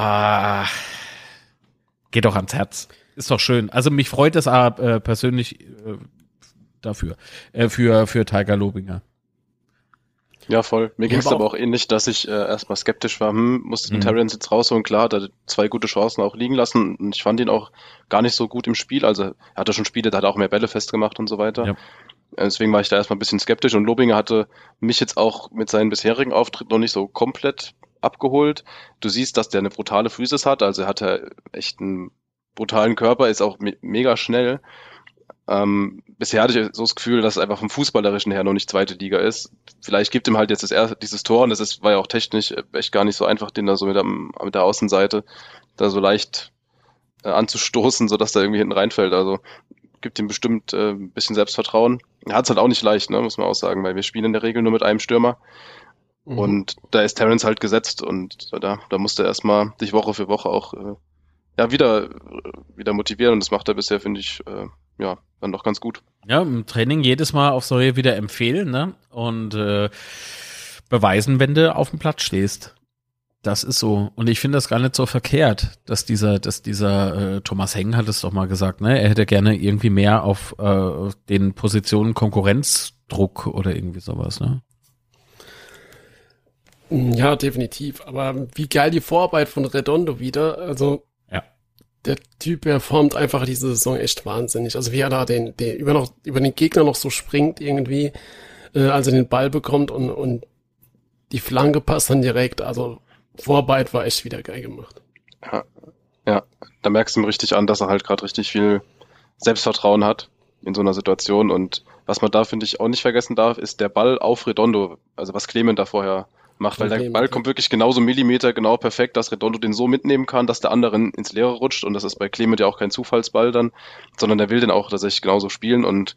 geht doch ans Herz. Ist doch schön. Also mich freut es persönlich dafür, für Tiger Lobinger. Ja, voll. Mir ging es aber auch ähnlich, dass ich erstmal skeptisch war, musste den Terrence jetzt rausholen. Klar, hat er 2 gute Chancen auch liegen lassen und ich fand ihn auch gar nicht so gut im Spiel. Also er hatte schon Spiele, da hat er auch mehr Bälle festgemacht und so weiter. Ja. Deswegen war ich da erstmal ein bisschen skeptisch und Lobinger hatte mich jetzt auch mit seinen bisherigen Auftritten noch nicht so komplett abgeholt. Du siehst, dass der eine brutale Physis hat, also er hat ja echt einen brutalen Körper, ist auch mega schnell. Bisher hatte ich so das Gefühl, dass es einfach vom Fußballerischen her noch nicht zweite Liga ist. Vielleicht gibt ihm halt jetzt dieses Tor und war ja auch technisch echt gar nicht so einfach, den da so mit der Außenseite da so leicht anzustoßen, sodass da irgendwie hinten reinfällt. Also gibt ihm bestimmt ein bisschen Selbstvertrauen. Er hat es halt auch nicht leicht, ne, muss man auch sagen, weil wir spielen in der Regel nur mit einem Stürmer. Und da ist Terrence halt gesetzt und da musste er erstmal sich Woche für Woche auch wieder motivieren und das macht er bisher, finde ich, dann doch ganz gut. Ja, im Training jedes Mal aufs Neue wieder empfehlen, ne? Und beweisen, wenn du auf dem Platz stehst. Das ist so. Und ich finde das gar nicht so verkehrt, dass dieser Thomas Heng hat es doch mal gesagt, ne? Er hätte gerne irgendwie mehr auf den Positionen Konkurrenzdruck oder irgendwie sowas, ne? Ja, definitiv. Aber wie geil die Vorarbeit von Redondo wieder. Also der Typ performt einfach diese Saison echt wahnsinnig. Also wie er da über den Gegner noch so springt irgendwie, als er den Ball bekommt und die Flanke passt dann direkt. Also Vorarbeit war echt wieder geil gemacht. Ja, da merkst du ihm richtig an, dass er halt gerade richtig viel Selbstvertrauen hat in so einer Situation. Und was man da, finde ich, auch nicht vergessen darf, ist der Ball auf Redondo. Also was Clement da vorher macht, weil der Ball kommt wirklich genauso Millimeter genau perfekt, dass Redondo den so mitnehmen kann, dass der andere ins Leere rutscht und das ist bei Clement ja auch kein Zufallsball dann, sondern der will den auch tatsächlich genauso spielen und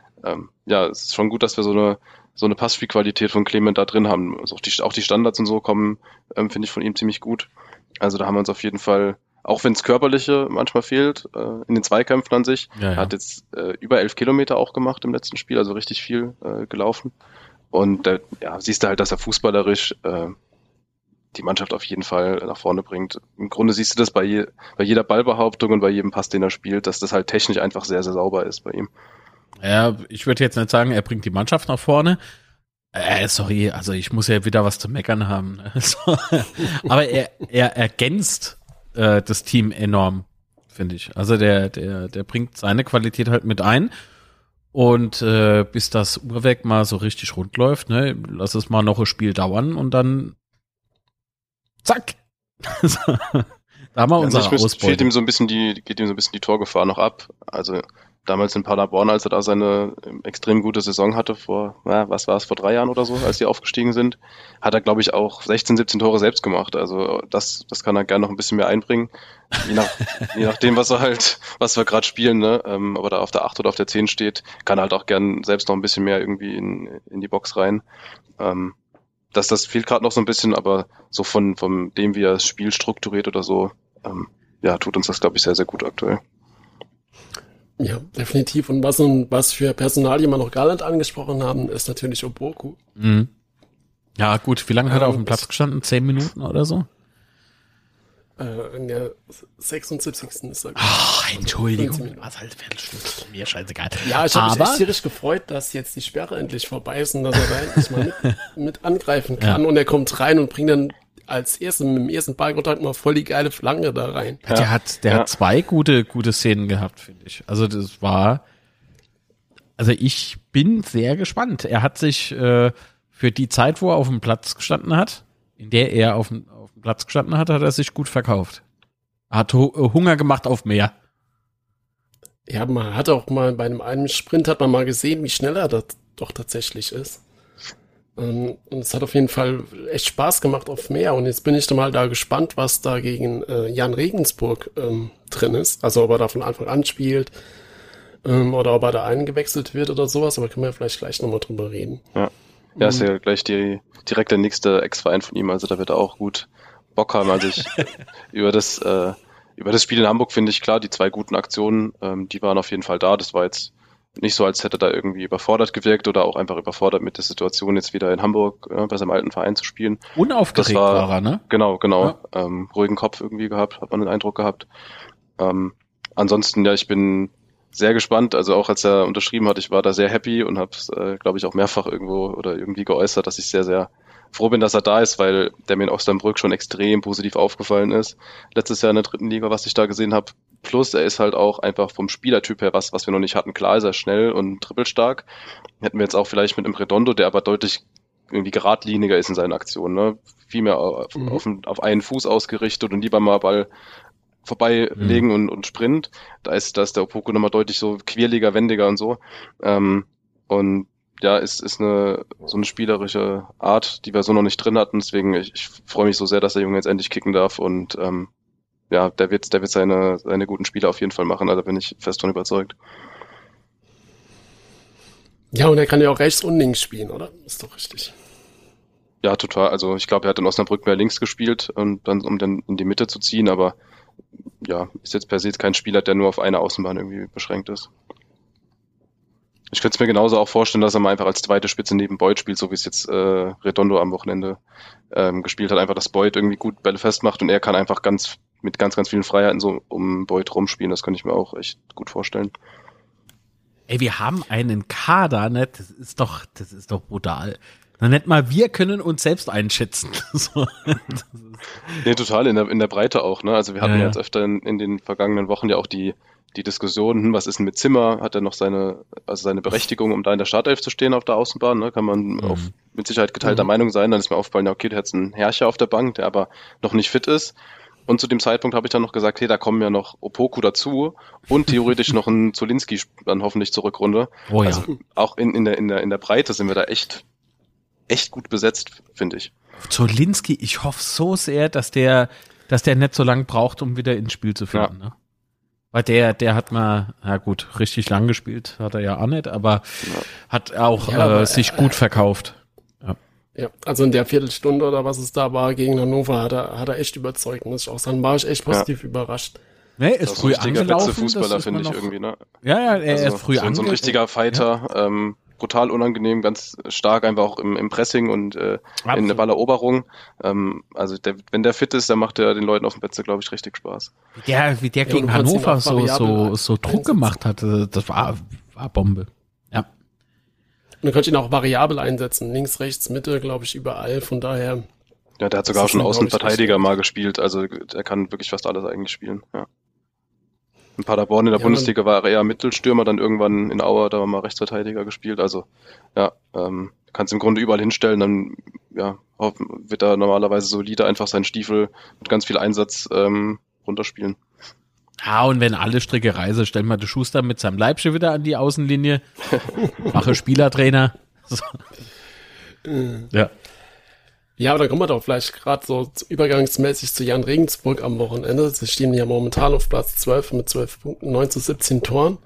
es ist schon gut, dass wir so eine Passspielqualität von Clement da drin haben. Also auch die Standards und so kommen, finde ich von ihm ziemlich gut. Also da haben wir uns auf jeden Fall, auch wenn es Körperliche manchmal fehlt, in den Zweikämpfen an sich, hat jetzt über 11 Kilometer auch gemacht im letzten Spiel, also richtig viel gelaufen. Und siehst du halt, dass er fußballerisch die Mannschaft auf jeden Fall nach vorne bringt. Im Grunde siehst du das bei jeder Ballbehauptung und bei jedem Pass, den er spielt, dass das halt technisch einfach sehr, sehr sauber ist bei ihm. Ja, ich würde jetzt nicht sagen, er bringt die Mannschaft nach vorne. Sorry, also ich muss ja wieder was zu meckern haben. Aber er ergänzt das Team enorm, finde ich. Also der bringt seine Qualität halt mit ein. Und bis das Uhrwerk mal so richtig rund läuft, ne, lass es mal noch ein Spiel dauern und dann zack. Da haben wir unsere Ausbeute. Geht ihm so ein bisschen die Torgefahr noch ab. Also damals in Paderborn, als er da seine extrem gute Saison hatte, vor 3 Jahren oder so, als die aufgestiegen sind, hat er, glaube ich, auch 16, 17 Tore selbst gemacht. Also das kann er gerne noch ein bisschen mehr einbringen. Je nachdem, was wir gerade spielen, ne? Aber da auf der 8 oder auf der 10 steht, kann er halt auch gern selbst noch ein bisschen mehr irgendwie in die Box rein. Das fehlt gerade noch so ein bisschen, aber so von dem, wie er das Spiel strukturiert oder so, tut uns das, glaube ich, sehr, sehr gut aktuell. Ja, definitiv. Und was für Personalien wir noch gar nicht angesprochen haben, ist natürlich Opoku. Mhm. Ja, gut. Wie lange hat er auf dem Platz gestanden? 10 Minuten oder so? In der 76. ist er. Entschuldigung. Was halt Viertelstunde? Mir scheißegal. Ja, ich habe mich echt tierisch gefreut, dass jetzt die Sperre endlich vorbei ist und dass er da endlich mal mit angreifen kann. Ja. Und er kommt rein und bringt dann mit dem ersten Ballkontakt mal voll die geile Flanke da rein. Der hat 2 gute Szenen gehabt, finde ich. Also ich bin sehr gespannt. Er hat sich für die Zeit, wo er auf dem Platz gestanden hat, in der er auf dem Platz gestanden hat, hat er sich gut verkauft. Er hat Hunger gemacht auf mehr. Ja, man hat auch mal bei einem Sprint hat man mal gesehen, wie schnell er das doch tatsächlich ist. Und es hat auf jeden Fall echt Spaß gemacht auf mehr. Und jetzt bin ich dann mal da gespannt, was da gegen Jan Regensburg drin ist. Also ob er da von Anfang an spielt. oder ob er da eingewechselt wird oder sowas, aber können wir vielleicht gleich nochmal drüber reden. Ja, ist ja gleich direkt der nächste Ex-Verein von ihm, also da wird er auch gut Bock haben. Also ich über das Spiel in Hamburg finde ich klar, die 2 guten Aktionen, die waren auf jeden Fall da. Das war jetzt nicht so, als hätte er da irgendwie überfordert gewirkt oder auch einfach überfordert mit der Situation, jetzt wieder in Hamburg bei seinem alten Verein zu spielen. Unaufgeregt war er, ne? Genau. Ja. Ruhigen Kopf irgendwie gehabt, hat man den Eindruck gehabt. Ansonsten, ja, ich bin sehr gespannt. Also auch als er unterschrieben hat, ich war da sehr happy und habe es, glaube ich, auch mehrfach irgendwo oder irgendwie geäußert, dass ich sehr, sehr froh bin, dass er da ist, weil der mir in Osnabrück schon extrem positiv aufgefallen ist. Letztes Jahr in der 3. Liga, was ich da gesehen habe. Plus, er ist halt auch einfach vom Spielertyp her was wir noch nicht hatten. Klar ist er schnell und dribbelstark. Hätten wir jetzt auch vielleicht mit einem Redondo, der aber deutlich irgendwie geradliniger ist in seinen Aktionen, ne? Viel mehr auf einen Fuß ausgerichtet und lieber mal Ball vorbeilegen und Sprint. Da ist der Opoku nochmal deutlich so quirliger, wendiger und so. Und ja, ist so eine spielerische Art, die wir so noch nicht drin hatten. Deswegen, ich freue mich so sehr, dass der Junge jetzt endlich kicken darf und ja, der wird seine guten Spiele auf jeden Fall machen. Also bin ich fest davon überzeugt. Ja, und er kann ja auch rechts und links spielen, oder? Ist doch richtig. Ja, total. Also ich glaube, er hat in Osnabrück mehr links gespielt und dann, um dann in die Mitte zu ziehen, aber ja, ist jetzt per se kein Spieler, der nur auf eine Außenbahn irgendwie beschränkt ist. Ich könnte es mir genauso auch vorstellen, dass er mal einfach als zweite Spitze neben Boyd spielt, so wie es jetzt Redondo am Wochenende gespielt hat. Einfach, dass Boyd irgendwie gut Bälle festmacht und er kann einfach mit ganz, ganz vielen Freiheiten so um Boyd rumspielen. Das könnte ich mir auch echt gut vorstellen. Ey, wir haben einen Kader, ne? Das ist doch brutal. Dann nicht mal wir können uns selbst einschätzen. So. Nee, total, in der Breite auch, ne? Also wir hatten ja jetzt öfter in den vergangenen Wochen ja auch die Diskussion, was ist denn mit Zimmer? Hat er noch seine Berechtigung, um da in der Startelf zu stehen auf der Außenbahn? Ne? Kann man mit Sicherheit geteilter Meinung sein. Dann ist mir aufgefallen, ja, okay, du hättest einen Herrscher auf der Bank, der aber noch nicht fit ist. Und zu dem Zeitpunkt habe ich dann noch gesagt, hey, da kommen ja noch Opoku dazu und theoretisch noch ein Zulinski dann hoffentlich zur Rückrunde. Oh ja. Also auch in der Breite sind wir da echt gut besetzt, finde ich. Zulinski, ich hoffe so sehr, dass der nicht so lange braucht, um wieder ins Spiel zu finden. Ja. Ne? Weil der hat mal, na gut, richtig lang gespielt, hat er ja auch nicht, aber hat auch sich gut verkauft. Ja, also in der Viertelstunde oder was es da war gegen Hannover hat er echt überzeugt. Muss ich auch sagen, war ich echt positiv überrascht. Nee, ist früh angelaufen. Fußballer finde ich irgendwie, ne? Ja, er ist früh angelaufen. So ein richtiger Fighter, brutal unangenehm, ganz stark einfach auch im Pressing und in der Balleroberung. Also wenn der fit ist, dann macht er den Leuten auf dem Plätze, glaube ich, richtig Spaß. Wie der gegen Hannover so Druck gemacht hatte, das war Bombe. Ja. Und dann könnt ihr ihn auch variabel einsetzen. Links, rechts, Mitte, glaube ich, überall. Von daher. Ja, der hat sogar schon Außenverteidiger mal gespielt. Also der kann wirklich fast alles eigentlich spielen. Ja. In Paderborn in der Bundesliga war er eher Mittelstürmer, dann irgendwann in Aue da mal Rechtsverteidiger gespielt. Also ja, kannst im Grunde überall hinstellen. Dann wird er normalerweise solide einfach seinen Stiefel mit ganz viel Einsatz runterspielen. Ja, und wenn alle Stricke reise, stellen wir den Schuster mit seinem Leibchen wieder an die Außenlinie. Mache Spielertrainer. So. Ja. Ja, aber dann kommen wir doch vielleicht gerade so übergangsmäßig zu Jan Regensburg am Wochenende. Sie stehen ja momentan auf Platz 12 mit 12 Punkten, 9 zu 17 Toren.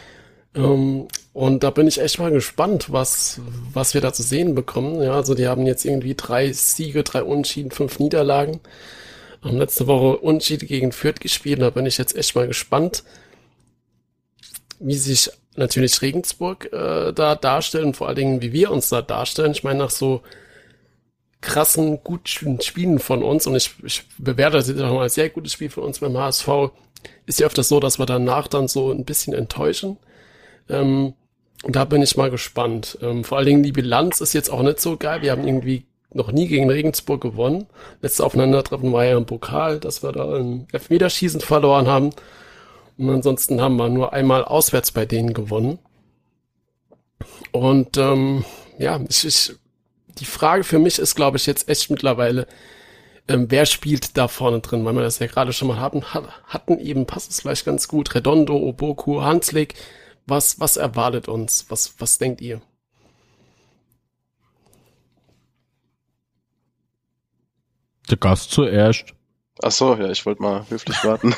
Und da bin ich echt mal gespannt, was wir da zu sehen bekommen. Ja, also die haben jetzt irgendwie 3 Siege, 3 Unentschieden, 5 Niederlagen. Haben letzte Woche Unentschieden gegen Fürth gespielt. Da bin ich jetzt echt mal gespannt, wie sich natürlich Regensburg da darstellen und vor allen Dingen, wie wir uns da darstellen. Ich meine, nach so krassen, guten Spielen von uns, und ich bewerte das jetzt auch mal als sehr gutes Spiel von uns beim HSV, ist ja öfters so, dass wir danach dann so ein bisschen enttäuschen. Und da bin ich mal gespannt. Vor allen Dingen die Bilanz ist jetzt auch nicht so geil. Wir haben irgendwie noch nie gegen Regensburg gewonnen. Letzte Aufeinandertreffen war ja im Pokal, dass wir da im Elfmeterschießen verloren haben. Und ansonsten haben wir nur einmal auswärts bei denen gewonnen. Und die Frage für mich ist, glaube ich, jetzt echt mittlerweile, wer spielt da vorne drin? Weil wir das ja gerade schon mal hatten eben, passt es vielleicht ganz gut. Redondo, Opoku, Hanslik. Was erwartet uns? Was denkt ihr? Der Gast zuerst. Ach so, ja, ich wollte mal höflich warten.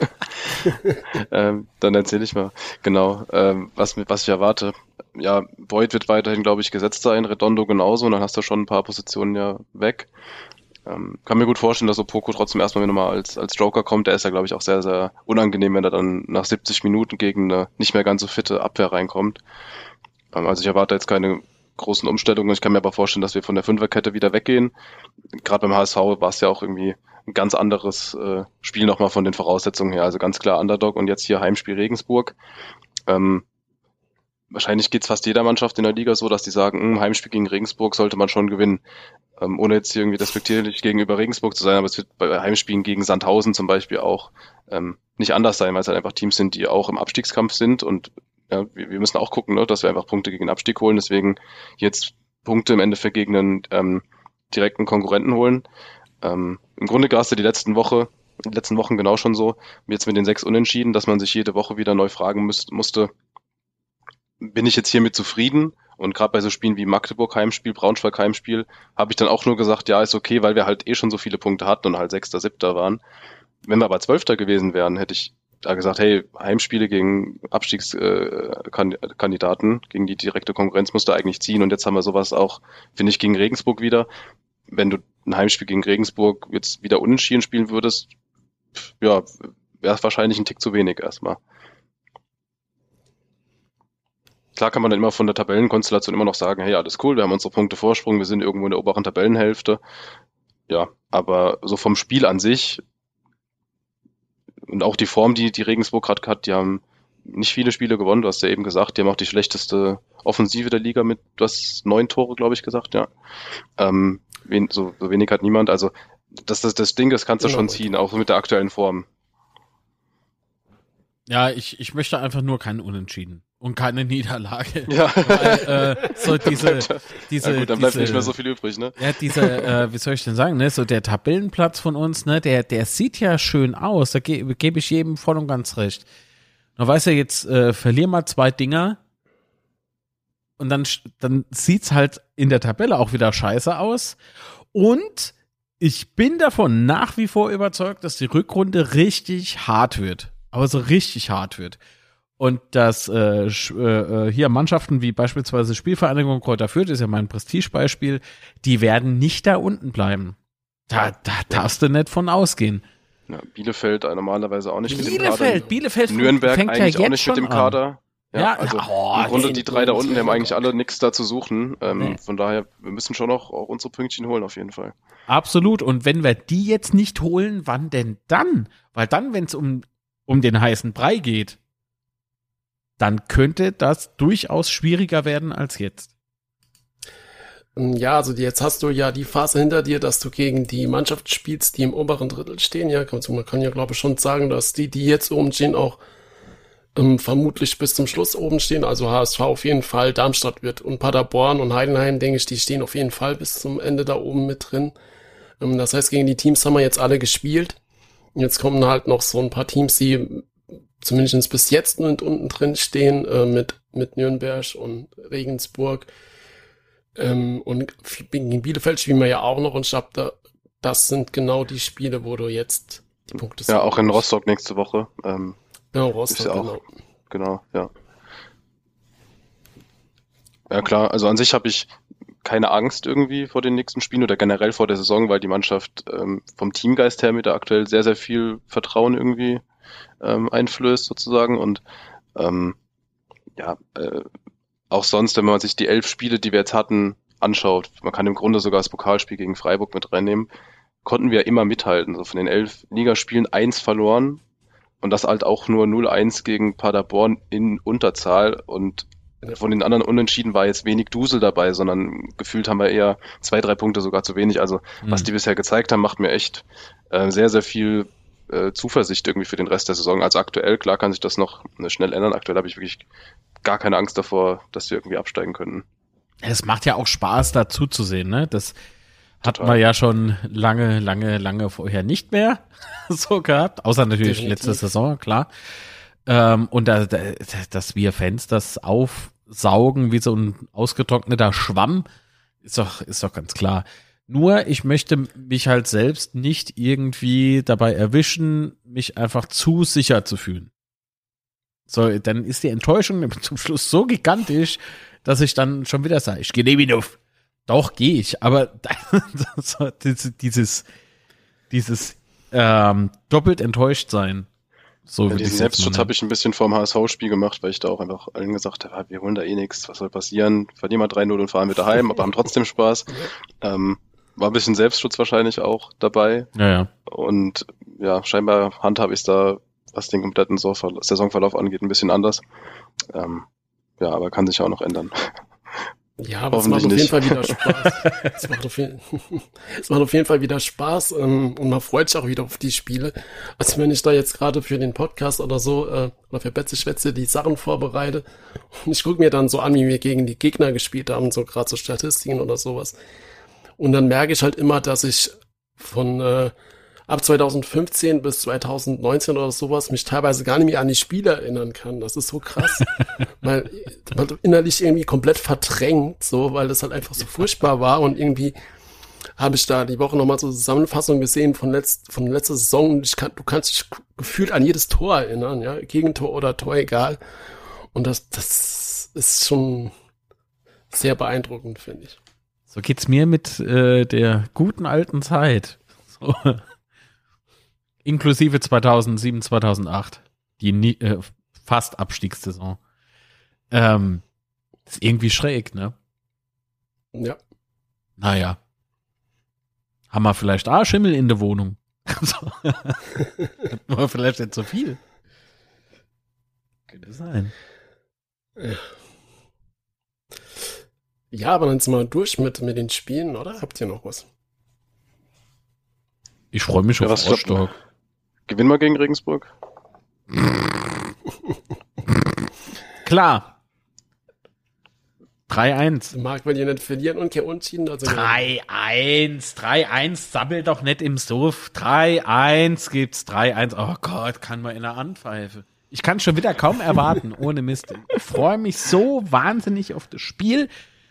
Dann erzähle ich mal. Genau, was ich erwarte. Ja, Boyd wird weiterhin, glaube ich, gesetzt sein, Redondo genauso, und dann hast du schon ein paar Positionen ja weg. Kann mir gut vorstellen, dass Opoku trotzdem erstmal wieder mal als Joker kommt. Der ist ja, glaube ich, auch sehr, sehr unangenehm, wenn er dann nach 70 Minuten gegen eine nicht mehr ganz so fitte Abwehr reinkommt. Also ich erwarte jetzt keine großen Umstellungen. Ich kann mir aber vorstellen, dass wir von der Fünferkette wieder weggehen. Gerade beim HSV war es ja auch irgendwie ein ganz anderes Spiel nochmal von den Voraussetzungen her. Also ganz klar Underdog und jetzt hier Heimspiel Regensburg. Wahrscheinlich geht's fast jeder Mannschaft in der Liga so, dass die sagen, Heimspiel gegen Regensburg sollte man schon gewinnen. Ohne jetzt hier irgendwie respektierlich gegenüber Regensburg zu sein, aber es wird bei Heimspielen gegen Sandhausen zum Beispiel auch nicht anders sein, weil es halt einfach Teams sind, die auch im Abstiegskampf sind, und ja, wir müssen auch gucken, ne, dass wir einfach Punkte gegen den Abstieg holen, deswegen jetzt Punkte im Endeffekt gegen einen direkten Konkurrenten holen. Im Grunde gab es ja die letzten Wochen genau schon so, jetzt mit den 6 Unentschieden, dass man sich jede Woche wieder neu fragen musste, bin ich jetzt hiermit zufrieden? Und gerade bei so Spielen wie Magdeburg Heimspiel, Braunschweig Heimspiel, habe ich dann auch nur gesagt, ja, ist okay, weil wir halt schon so viele Punkte hatten und halt 6., 7. waren. Wenn wir aber 12. gewesen wären, hätte ich da gesagt, hey, Heimspiele gegen Abstiegskandidaten, gegen die direkte Konkurrenz musst du eigentlich ziehen, und jetzt haben wir sowas auch, finde ich, gegen Regensburg wieder. Wenn du ein Heimspiel gegen Regensburg jetzt wieder unentschieden spielen würdest, ja, wäre es wahrscheinlich ein Tick zu wenig erstmal. Klar kann man dann immer von der Tabellenkonstellation immer noch sagen, hey, alles cool, wir haben unsere Punkte Vorsprung, wir sind irgendwo in der oberen Tabellenhälfte. Ja, aber so vom Spiel an sich und auch die Form, die Regensburg gerade hat, die haben nicht viele Spiele gewonnen, du hast ja eben gesagt, die haben auch die schlechteste Offensive der Liga mit, du hast 9 Tore, glaube ich, gesagt, ja. So wenig hat niemand, also das Ding, das kannst du schon ziehen, auch mit der aktuellen Form. Ja, ich möchte einfach nur keinen Unentschieden und keine Niederlage. Ja. Weil, so diese, ja gut, dann bleibt nicht mehr so viel übrig, ne? Ja, wie soll ich denn sagen, ne? So der Tabellenplatz von uns, ne? Der sieht ja schön aus. Da gebe ich jedem voll und ganz recht. Na, weißt du, jetzt verlier mal 2 Dinger und dann sieht's halt in der Tabelle auch wieder scheiße aus. Und ich bin davon nach wie vor überzeugt, dass die Rückrunde richtig hart wird. Aber so richtig hart wird. Und dass hier Mannschaften wie beispielsweise Spielvereinigung Kräuter Fürth, ist ja mein Prestigebeispiel, die werden nicht da unten bleiben. Da darfst du nicht von ausgehen. Ja, Bielefeld normalerweise auch nicht Bielefeld Nürnberg fängt eigentlich ja auch nicht mit dem Kader. Ja, also im Grunde die 3 da unten, die haben eigentlich alle nichts da zu suchen. Von daher, wir müssen schon auch unsere Pünktchen holen auf jeden Fall. Absolut. Und wenn wir die jetzt nicht holen, wann denn dann? Weil dann, wenn es um den heißen Brei geht, dann könnte das durchaus schwieriger werden als jetzt. Ja, also jetzt hast du ja die Phase hinter dir, dass du gegen die Mannschaft spielst, die im oberen Drittel stehen. Ja, man kann ja, glaube ich, schon sagen, dass die jetzt oben stehen, auch vermutlich bis zum Schluss oben stehen. Also HSV auf jeden Fall, Darmstadt wird und Paderborn und Heidenheim, denke ich, die stehen auf jeden Fall bis zum Ende da oben mit drin. Das heißt, gegen die Teams haben wir jetzt alle gespielt. Jetzt kommen halt noch so ein paar Teams, die zumindest bis jetzt unten drin stehen, mit Nürnberg und Regensburg. Und gegen Bielefeld spielen wir ja auch noch, und ich glaube, das sind genau die Spiele, wo du jetzt die Punkte ja, auch in Rostock nächste Woche. Genau, Rostock, ja auch, genau, ja. Ja klar, also an sich habe ich keine Angst irgendwie vor den nächsten Spielen oder generell vor der Saison, weil die Mannschaft vom Teamgeist her mit der aktuell sehr, sehr viel Vertrauen irgendwie einflößt sozusagen, und auch sonst, wenn man sich die 11 Spiele, die wir jetzt hatten, anschaut, man kann im Grunde sogar das Pokalspiel gegen Freiburg mit reinnehmen, konnten wir immer mithalten. So von den 11 Ligaspielen 1 verloren, und das halt auch nur 0-1 gegen Paderborn in Unterzahl, und von den anderen Unentschieden war jetzt wenig Dusel dabei, sondern gefühlt haben wir eher 2, 3 Punkte sogar zu wenig. Also was die bisher gezeigt haben, macht mir echt sehr, sehr viel Zuversicht irgendwie für den Rest der Saison. Also aktuell, klar kann sich das noch schnell ändern. Aktuell habe ich wirklich gar keine Angst davor, dass wir irgendwie absteigen könnten. Es macht ja auch Spaß, dazu zu sehen, ne? Das hatten wir ja schon lange vorher nicht mehr so gehabt. Außer natürlich letzte Saison, klar. Und dass wir Fans das aufsaugen wie so ein ausgetrockneter Schwamm, ist doch ganz klar. Nur ich möchte mich halt selbst nicht irgendwie dabei erwischen, mich einfach zu sicher zu fühlen. So, dann ist die Enttäuschung zum Schluss so gigantisch, dass ich dann schon wieder sage, ich gehe nicht wieder auf. Doch, gehe ich, aber dieses doppelt enttäuscht sein. So ja, diesen Selbstschutz habe ich ein bisschen vorm HSV-Spiel gemacht, weil ich da auch einfach allen gesagt habe, wir holen da eh nichts, was soll passieren? Verlieren wir 3-0 und fahren wieder heim, aber haben trotzdem Spaß. War ein bisschen Selbstschutz wahrscheinlich auch dabei. Ja. Und ja, scheinbar handhabe ich es da, was den kompletten Saisonverlauf angeht, ein bisschen anders. Ja, aber kann sich auch noch ändern. Ja, aber es macht auf jeden Fall wieder Spaß. Es macht auf jeden Fall wieder Spaß und man freut sich auch wieder auf die Spiele. Also wenn ich da jetzt gerade für den Podcast oder so oder für Betze Schwätze die Sachen vorbereite und ich gucke mir dann so an, wie wir gegen die Gegner gespielt haben, so gerade so Statistiken oder sowas. Und dann merke ich halt immer, dass ich von ab 2015 bis 2019 oder sowas mich teilweise gar nicht mehr an die Spiele erinnern kann. Das ist so krass, weil man innerlich irgendwie komplett verdrängt, so, weil das halt einfach so furchtbar war und irgendwie habe ich da die Woche nochmal so eine Zusammenfassung gesehen von letzter Saison und du kannst dich gefühlt an jedes Tor erinnern, ja, Gegentor oder Tor, egal. Und das ist schon sehr beeindruckend, finde ich. So geht's mir mit der guten alten Zeit. So. Inklusive 2007, 2008. Die fast Abstiegssaison. Ist irgendwie schräg, ne? Ja. Naja. Haben wir vielleicht Schimmel in der Wohnung? Hatten wir vielleicht nicht so viel. Könnte sein. Ja, aber dann sind wir durch mit den Spielen, oder? Habt ihr noch was? Ich freue mich auf Rostock. Gewinnen wir gegen Regensburg? Klar. 3-1. Marc will ja nicht verlieren und kein Unentschieden. Also 3-1, sammel doch nicht im Suff. 3-1 gibt's, 3-1. Oh Gott, kann man in der Anpfeife. Ich kann schon wieder kaum erwarten, ohne Mist. Ich freue mich so wahnsinnig auf das Spiel.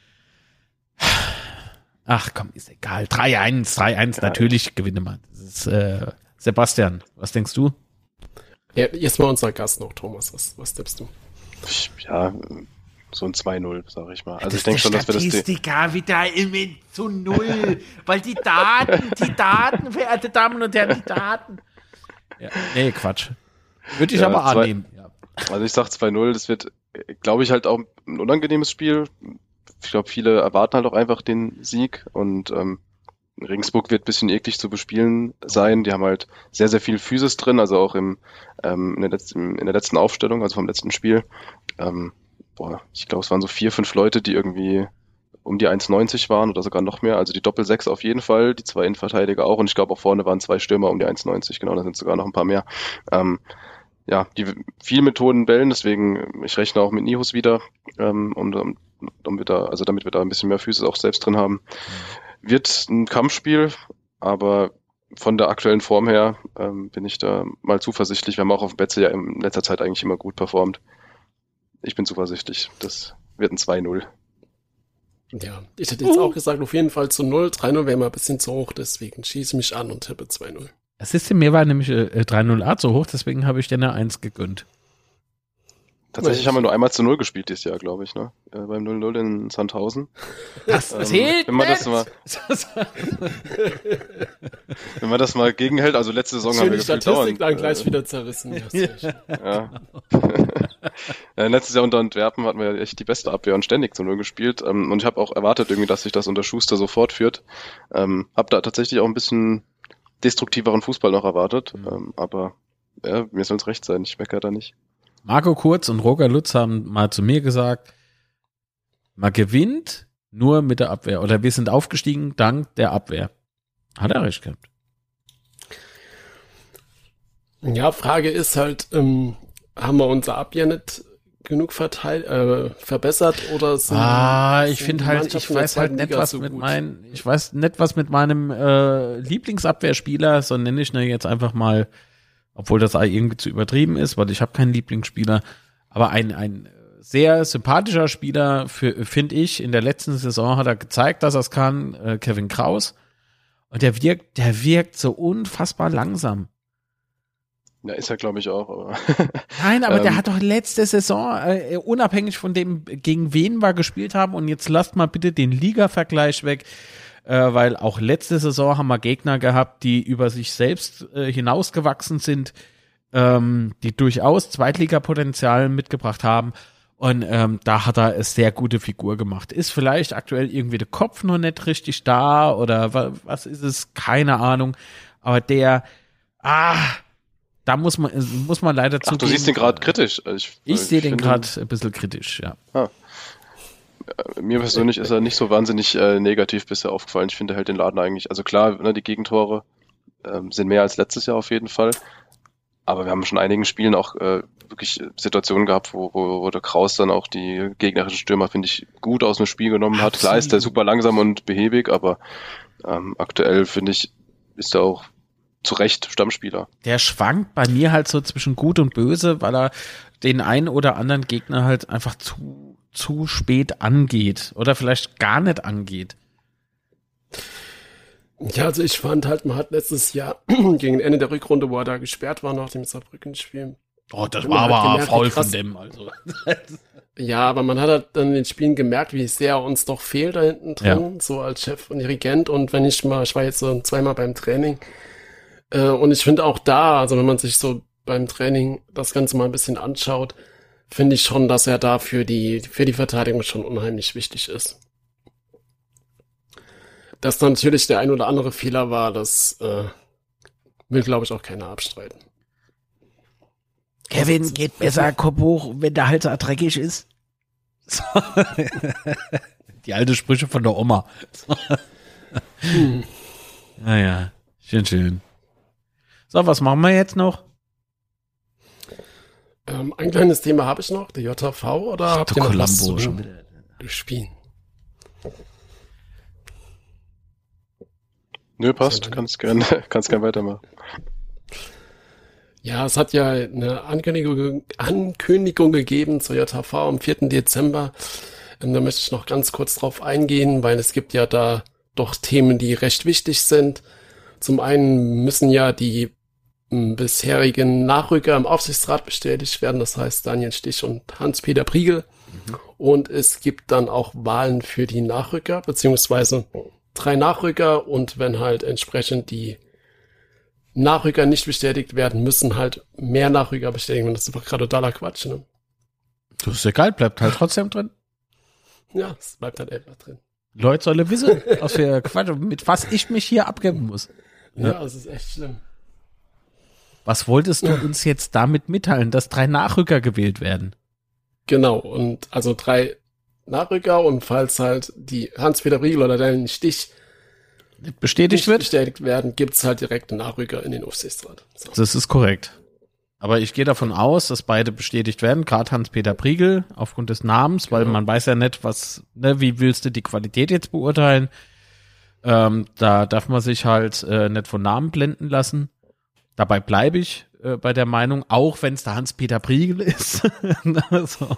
Ach komm, ist egal. 3-1, natürlich gewinne man. Das ist, Sebastian, was denkst du? Ja, jetzt mal unser Gast noch, Thomas. Was tippst du? Ja, so ein 2-0, sag ich mal. Also ich denke schon, dass wir das... Statistiker wieder zu 0, weil die Daten, verehrte Damen und Herren, die Daten. Ja, nee, Quatsch. Würde ich aber annehmen. Ja. Also ich sag 2-0, das wird, glaube ich, halt auch ein unangenehmes Spiel. Ich glaube, viele erwarten halt auch einfach den Sieg und Regensburg wird ein bisschen eklig zu bespielen sein. Die haben halt sehr, sehr viel Physis drin, also auch in der letzten Aufstellung, also vom letzten Spiel. Ich glaube, es waren so 4, 5 Leute, die irgendwie um die 1,90 waren oder sogar noch mehr. Also die Doppel-6 auf jeden Fall, die 2 Innenverteidiger auch und ich glaube auch vorne waren 2 Stürmer um die 1,90, genau, da sind sogar noch ein paar mehr. Die viel Methoden bellen, deswegen ich rechne auch mit Nihus wieder, damit wir da ein bisschen mehr Physis auch selbst drin haben. Wird ein Kampfspiel, aber von der aktuellen Form her bin ich da mal zuversichtlich. Wir haben auch auf Betze ja in letzter Zeit eigentlich immer gut performt. Ich bin zuversichtlich. Das wird ein 2-0. Ja, ich hätte jetzt auch gesagt, auf jeden Fall zu 0. 3-0 wäre mal ein bisschen zu hoch, deswegen schieße mich an und tippe 2-0. Mir war nämlich 3-0 so hoch, deswegen habe ich dir eine 1 gegönnt. Tatsächlich haben wir nur einmal zu 0 gespielt dieses Jahr, glaube ich, ne? Beim 0-0 in Sandhausen. Das zählt wenn man das mal gegenhält, also letzte Saison haben wir gespielt. Statistik dann gleich wieder zerrissen. Ja. Letztes Jahr unter Antwerpen hatten wir echt die beste Abwehr und ständig zu 0 gespielt. Und ich habe auch erwartet irgendwie, dass sich das unter Schuster so fortführt. Hab da tatsächlich auch ein bisschen destruktiveren Fußball noch erwartet. Aber ja, mir soll es recht sein, ich meckere da nicht. Marco Kurz und Roger Lutz haben mal zu mir gesagt, man gewinnt nur mit der Abwehr oder wir sind aufgestiegen dank der Abwehr. Hat er recht gehabt. Ja, Frage ist halt, haben wir unser Abwehr nicht genug verbessert oder sind ich finde halt, ich weiß nicht, was mit meinem Lieblingsabwehrspieler, so nenne ich ihn jetzt einfach mal, obwohl das irgendwie zu übertrieben ist, weil ich habe keinen Lieblingsspieler, aber ein sehr sympathischer Spieler, finde ich, in der letzten Saison hat er gezeigt, dass er es kann, Kevin Kraus. Und der wirkt so unfassbar langsam. Ja, ist er, glaube ich, auch. Aber Nein, aber der hat doch letzte Saison, unabhängig von dem, gegen wen wir gespielt haben, und jetzt lasst mal bitte den Liga-Vergleich weg, weil auch letzte Saison haben wir Gegner gehabt, die über sich selbst hinausgewachsen sind, die durchaus Zweitligapotenzial mitgebracht haben. Und da hat er eine sehr gute Figur gemacht. Ist vielleicht aktuell irgendwie der Kopf noch nicht richtig da oder was ist es? Keine Ahnung. Aber da muss man leider zugeben. Du siehst den gerade kritisch. Ich sehe den gerade ein bisschen kritisch, ja. Mir persönlich ist er nicht so wahnsinnig negativ bisher aufgefallen. Ich finde halt den Laden eigentlich, also klar, ne, die Gegentore sind mehr als letztes Jahr auf jeden Fall. Aber wir haben schon in einigen Spielen auch wirklich Situationen gehabt, wo der Kraus dann auch die gegnerischen Stürmer, finde ich, gut aus dem Spiel genommen hat. Klar ist der super langsam und behäbig, aber aktuell, finde ich, ist er auch zu Recht Stammspieler. Der schwankt bei mir halt so zwischen gut und böse, weil er den einen oder anderen Gegner halt einfach zu spät angeht oder vielleicht gar nicht angeht. Ja, also ich fand halt, man hat letztes Jahr gegen Ende der Rückrunde, wo er da gesperrt war nach dem Saarbrücken-Spiel. Oh, das war aber gemerkt, faul von dem, also. Ja, aber man hat halt dann in den Spielen gemerkt, wie sehr er uns doch fehlt da hinten drin, so als Chef und Dirigent. Und wenn ich war jetzt so zweimal beim Training, und ich finde auch da, also wenn man sich so beim Training das Ganze mal ein bisschen anschaut, finde ich schon, dass er da für die Verteidigung schon unheimlich wichtig ist. Dass natürlich der ein oder andere Fehler war, das will, glaube ich, auch keiner abstreiten. Kevin, geht besser Kopf hoch, wenn der Hals dreckig ist. So. Die alte Sprüche von der Oma. So. Naja, schön. So, was machen wir jetzt noch? Ein kleines Thema habe ich noch, der JV, oder habt ihr noch was zu spielen? Nö, passt, kannst gern weitermachen. Ja, es hat ja eine Ankündigung gegeben zur JV am 4. Dezember. Da möchte ich noch ganz kurz drauf eingehen, weil es gibt ja da doch Themen, die recht wichtig sind. Zum einen müssen ja die bisherigen Nachrücker im Aufsichtsrat bestätigt werden, das heißt Daniel Stich und Hans-Peter Priegel. Und es gibt dann auch Wahlen für die Nachrücker, beziehungsweise 3 Nachrücker, und wenn halt entsprechend die Nachrücker nicht bestätigt werden, müssen halt mehr Nachrücker bestätigen. Das ist einfach gerade totaler Quatsch, ne? Das ist egal, bleibt halt trotzdem drin. Ja, es bleibt halt einfach drin. Leute sollen wissen, was für Quatsch, mit was ich mich hier abgeben muss. Ja, es ist echt schlimm. Was wolltest du uns jetzt damit mitteilen, dass 3 Nachrücker gewählt werden? Genau, und also 3 Nachrücker, und falls halt die Hans-Peter Priegel oder Daniel Stich bestätigt werden, gibt's halt direkte Nachrücker in den Aufsichtsrat. So. Das ist korrekt. Aber ich gehe davon aus, dass beide bestätigt werden, gerade Hans-Peter Priegel aufgrund des Namens, weil man weiß ja nicht, wie willst du die Qualität jetzt beurteilen? Da darf man sich halt nicht von Namen blenden lassen. Dabei bleibe ich bei der Meinung, auch wenn es der Hans-Peter Priegel ist. Also,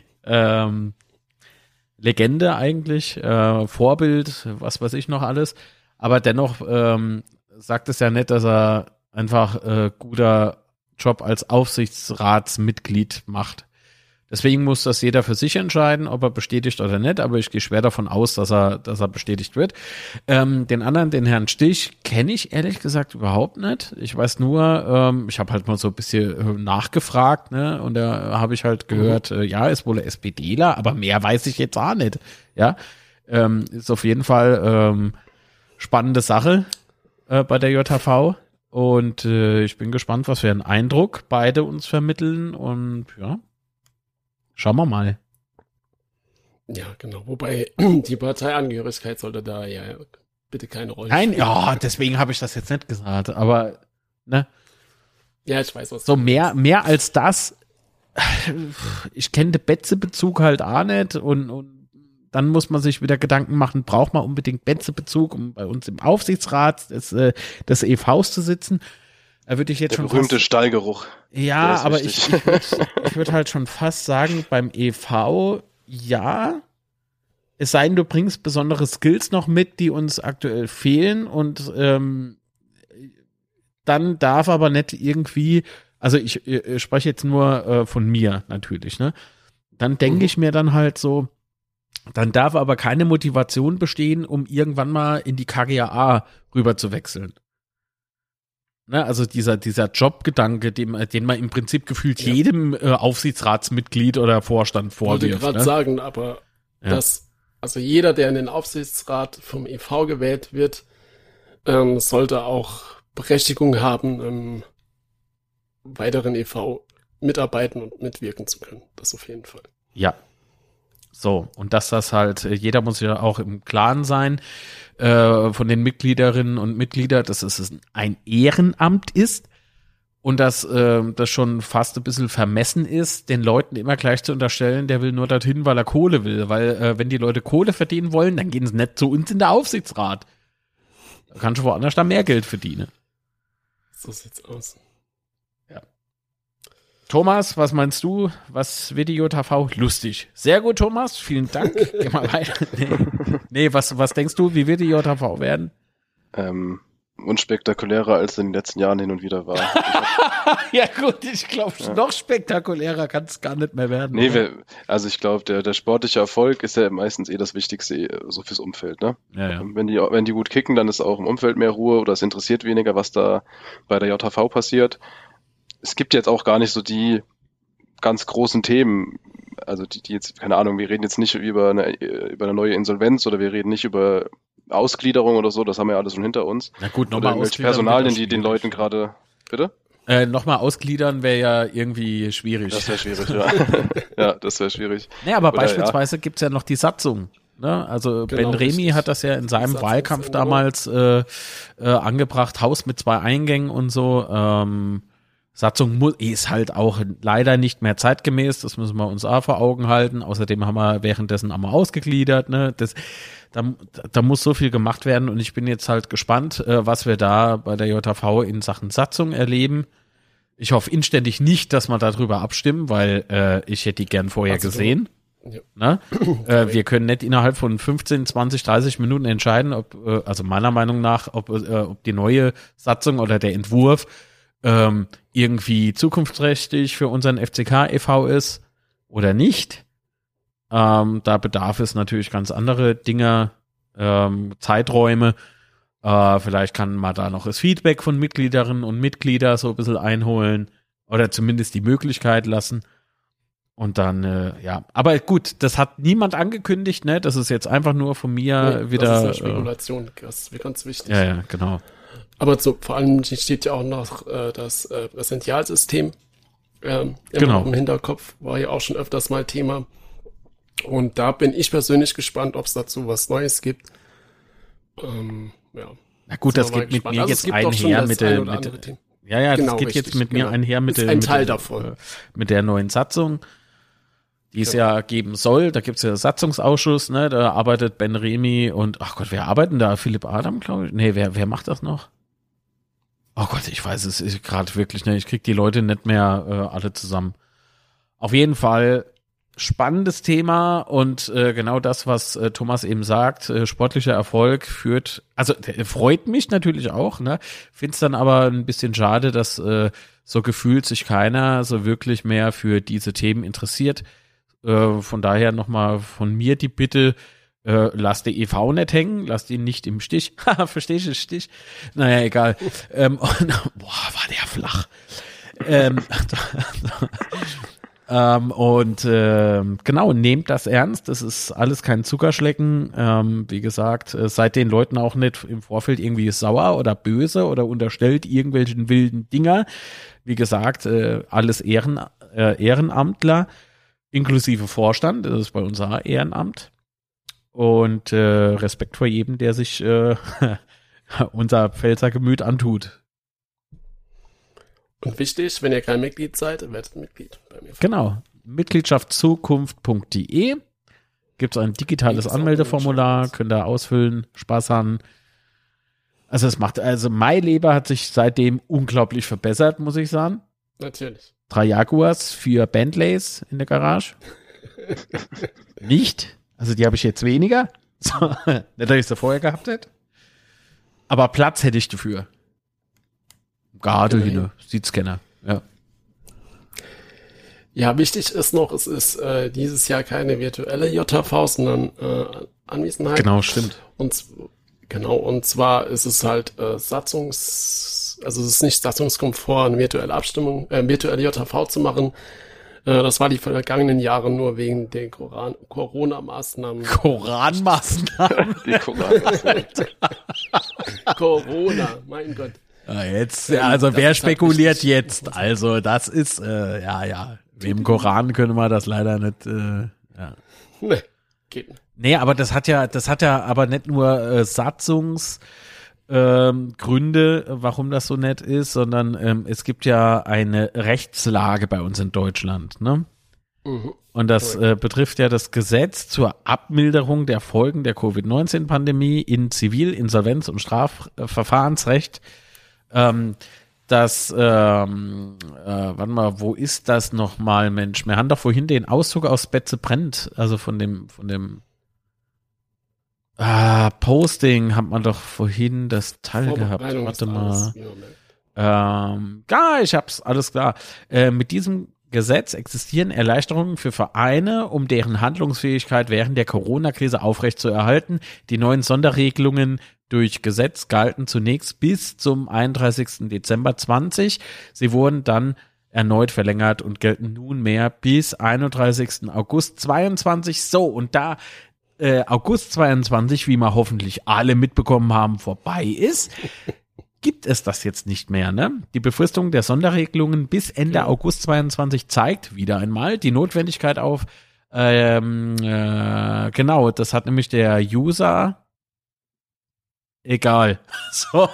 Legende eigentlich, Vorbild, was weiß ich noch alles. Aber dennoch sagt es ja nicht, dass er einfach guter Job als Aufsichtsratsmitglied macht. Deswegen muss das jeder für sich entscheiden, ob er bestätigt oder nicht, aber ich gehe schwer davon aus, dass er bestätigt wird. Den anderen, den Herrn Stich, kenne ich ehrlich gesagt überhaupt nicht. Ich weiß nur, ich habe halt mal so ein bisschen nachgefragt, ne, und da habe ich halt gehört, ja, ist wohl ein SPDler, aber mehr weiß ich jetzt auch nicht. Ja, ist auf jeden Fall spannende Sache bei der JV, und ich bin gespannt, was für einen Eindruck beide uns vermitteln, und ja, schauen wir mal. Ja, genau. Wobei die Parteiangehörigkeit sollte da ja bitte keine Rolle spielen. Nein, ja, deswegen habe ich das jetzt nicht gesagt, aber ne. Ja, ich weiß, was so mehr als das. Ich kenne den Betze-Bezug halt auch nicht, und dann muss man sich wieder Gedanken machen, braucht man unbedingt Betze-Bezug, um bei uns im Aufsichtsrat des EVs zu sitzen? Da würde ich jetzt schon berühmte Stallgeruch. Ja, aber ich würde halt schon fast sagen, beim EV, ja, es sei denn, du bringst besondere Skills noch mit, die uns aktuell fehlen und dann darf aber nicht irgendwie, also ich spreche jetzt nur von mir natürlich, ne? Dann denke ich mir dann halt so, dann darf aber keine Motivation bestehen, um irgendwann mal in die KGaA rüber zu wechseln. Ne? Also dieser Jobgedanke, den man im Prinzip gefühlt jedem Aufsichtsratsmitglied oder Vorstand vorwirft. Ich wollte gerade sagen, aber also jeder, der in den Aufsichtsrat vom e.V. gewählt wird, sollte auch Berechtigung haben, im weiteren e.V. mitarbeiten und mitwirken zu können. Das auf jeden Fall. Ja. So, und dass das halt, jeder muss ja auch im Klaren sein, von den Mitgliederinnen und Mitgliedern, dass es ein Ehrenamt ist und dass das schon fast ein bisschen vermessen ist, den Leuten immer gleich zu unterstellen, der will nur dorthin, weil er Kohle will. Weil wenn die Leute Kohle verdienen wollen, dann gehen sie nicht zu uns in der Aufsichtsrat. Da kannst du woanders da mehr Geld verdienen. So sieht's aus. Ja. Thomas, was meinst du? Was wird die JHV? Lustig. Sehr gut, Thomas. Vielen Dank. Geh mal weiter. Nee, was denkst du? Wie wird die JHV werden? Unspektakulärer, als in den letzten Jahren hin und wieder war. Ja gut, ich glaube, noch spektakulärer kann es gar nicht mehr werden. Nee, also ich glaube, der sportliche Erfolg ist ja meistens das Wichtigste so fürs Umfeld. Ne? Ja. Wenn die gut kicken, dann ist auch im Umfeld mehr Ruhe oder es interessiert weniger, was da bei der JHV passiert. Es gibt jetzt auch gar nicht so die ganz großen Themen, also die jetzt, keine Ahnung, wir reden jetzt nicht über eine neue Insolvenz oder wir reden nicht über Ausgliederung oder so, das haben wir ja alles schon hinter uns. Na gut, nochmal ausgliedern. Personalien, die den Leuten gerade, bitte? Nochmal ausgliedern wäre ja irgendwie schwierig. Das wäre schwierig, ja. Ja, das wäre schwierig. Nee, aber beispielsweise gibt's ja noch die Satzung. Ne? Also genau, Ben Remy hat das ja in seinem Wahlkampf damals angebracht, Haus mit 2 Eingängen und so. Satzung ist halt auch leider nicht mehr zeitgemäß, das müssen wir uns auch vor Augen halten. Außerdem haben wir währenddessen einmal ausgegliedert. Ne? Da muss so viel gemacht werden und ich bin jetzt halt gespannt, was wir da bei der JHV in Sachen Satzung erleben. Ich hoffe inständig nicht, dass wir darüber abstimmen, weil ich hätte die gern vorher gesehen. Ja. Ne? Wir können nicht innerhalb von 15, 20, 30 Minuten entscheiden, also meiner Meinung nach, ob die neue Satzung oder der Entwurf irgendwie zukunftsträchtig für unseren FCK e.V. ist oder nicht. Da bedarf es natürlich ganz andere Dinge, Zeiträume. Vielleicht kann man da noch das Feedback von Mitgliederinnen und Mitgliedern so ein bisschen einholen oder zumindest die Möglichkeit lassen. Und dann, aber gut, das hat niemand angekündigt, ne? Das ist jetzt einfach nur von mir wieder. Das ist eine Spekulation, das ist ganz wichtig. Ja, genau. Aber vor allem steht ja auch noch das Präsentialsystem genau. im Hinterkopf, war ja auch schon öfters mal Thema. Und da bin ich persönlich gespannt, ob es dazu was Neues gibt. Na gut, das geht mit mir also jetzt einher mit der genau, das geht jetzt mit mir einher mit der ein Teil davon. Mit der neuen Satzung, die es ja geben soll. Da gibt's ja Satzungsausschuss, ne? Da arbeitet Ben Remy und ach Gott, wer arbeitet da? Philipp Adam, glaube ich. Nee, wer macht das noch? Oh Gott, ich weiß es gerade wirklich nicht. Ich krieg die Leute nicht mehr alle zusammen. Auf jeden Fall spannendes Thema und genau das, was Thomas eben sagt, sportlicher Erfolg freut mich natürlich auch, ne? Find's dann aber ein bisschen schade, dass so gefühlt sich keiner so wirklich mehr für diese Themen interessiert. Von daher nochmal von mir die Bitte, lass die e.V. nicht hängen, lass ihn nicht im Stich. Verstehst du, Stich? Naja, egal. War der flach. Genau, nehmt das ernst, das ist alles kein Zuckerschlecken. Wie gesagt, seid den Leuten auch nicht im Vorfeld irgendwie sauer oder böse oder unterstellt irgendwelchen wilden Dinger. Wie gesagt, alles Ehrenamtler, inklusive Vorstand, das ist bei uns auch Ehrenamt. Und Respekt vor jedem, der sich unser Pfälzer Gemüt antut. Und wichtig, wenn ihr kein Mitglied seid, werdet Mitglied bei mir. Genau. Mitgliedschaftszukunft.de gibt es ein digitales Anmeldeformular, könnt ihr ausfüllen, Spaß haben. Also MyLeber hat sich seitdem unglaublich verbessert, muss ich sagen. Natürlich. 3 Jaguars, 4 Bentleys in der Garage. Nicht? Also die habe ich jetzt weniger. So, nicht, dass ich sie vorher gehabt hätte. Aber Platz hätte ich dafür. Garde hin, Sitzscanner, ja. Ja, wichtig ist noch, es ist dieses Jahr keine virtuelle JV, sondern Anwesenheit. Genau, stimmt. Und zwar ist es halt also es ist nicht satzungskonform, eine virtuelle Abstimmung, virtuelle JV zu machen. Das war die vergangenen Jahre nur wegen den Corona-Maßnahmen. Koranmaßnahmen? Die Koran-Maßnahmen. Corona, mein Gott. Jetzt, also wer spekuliert jetzt? Also das ist, im Koran können wir das leider nicht, ja. Nee, geht nicht. Nee, aber das hat ja aber nicht nur Satzungsgründe, warum das so nett ist, sondern es gibt ja eine Rechtslage bei uns in Deutschland, ne? Mhm. Und das betrifft ja das Gesetz zur Abmilderung der Folgen der Covid-19-Pandemie in Zivil-, Insolvenz- und Strafverfahrensrecht. Warte mal, wo ist das nochmal, Mensch? Wir haben doch vorhin den Auszug aus Betze brennt, also von dem Posting hat man doch vorhin das Teil gehabt. Warte mal. Ich hab's, alles klar. Mit diesem Gesetz existieren Erleichterungen für Vereine, um deren Handlungsfähigkeit während der Corona-Krise aufrechtzuerhalten. Die neuen Sonderregelungen durch Gesetz galten zunächst bis zum 31. Dezember 20. Sie wurden dann erneut verlängert und gelten nunmehr bis 31. August 22. So, und da August 22, wie wir hoffentlich alle mitbekommen haben, vorbei ist, gibt es das jetzt nicht mehr, ne? Die Befristung der Sonderregelungen bis Ende August 22 zeigt wieder einmal die Notwendigkeit auf, genau, das hat nämlich der User so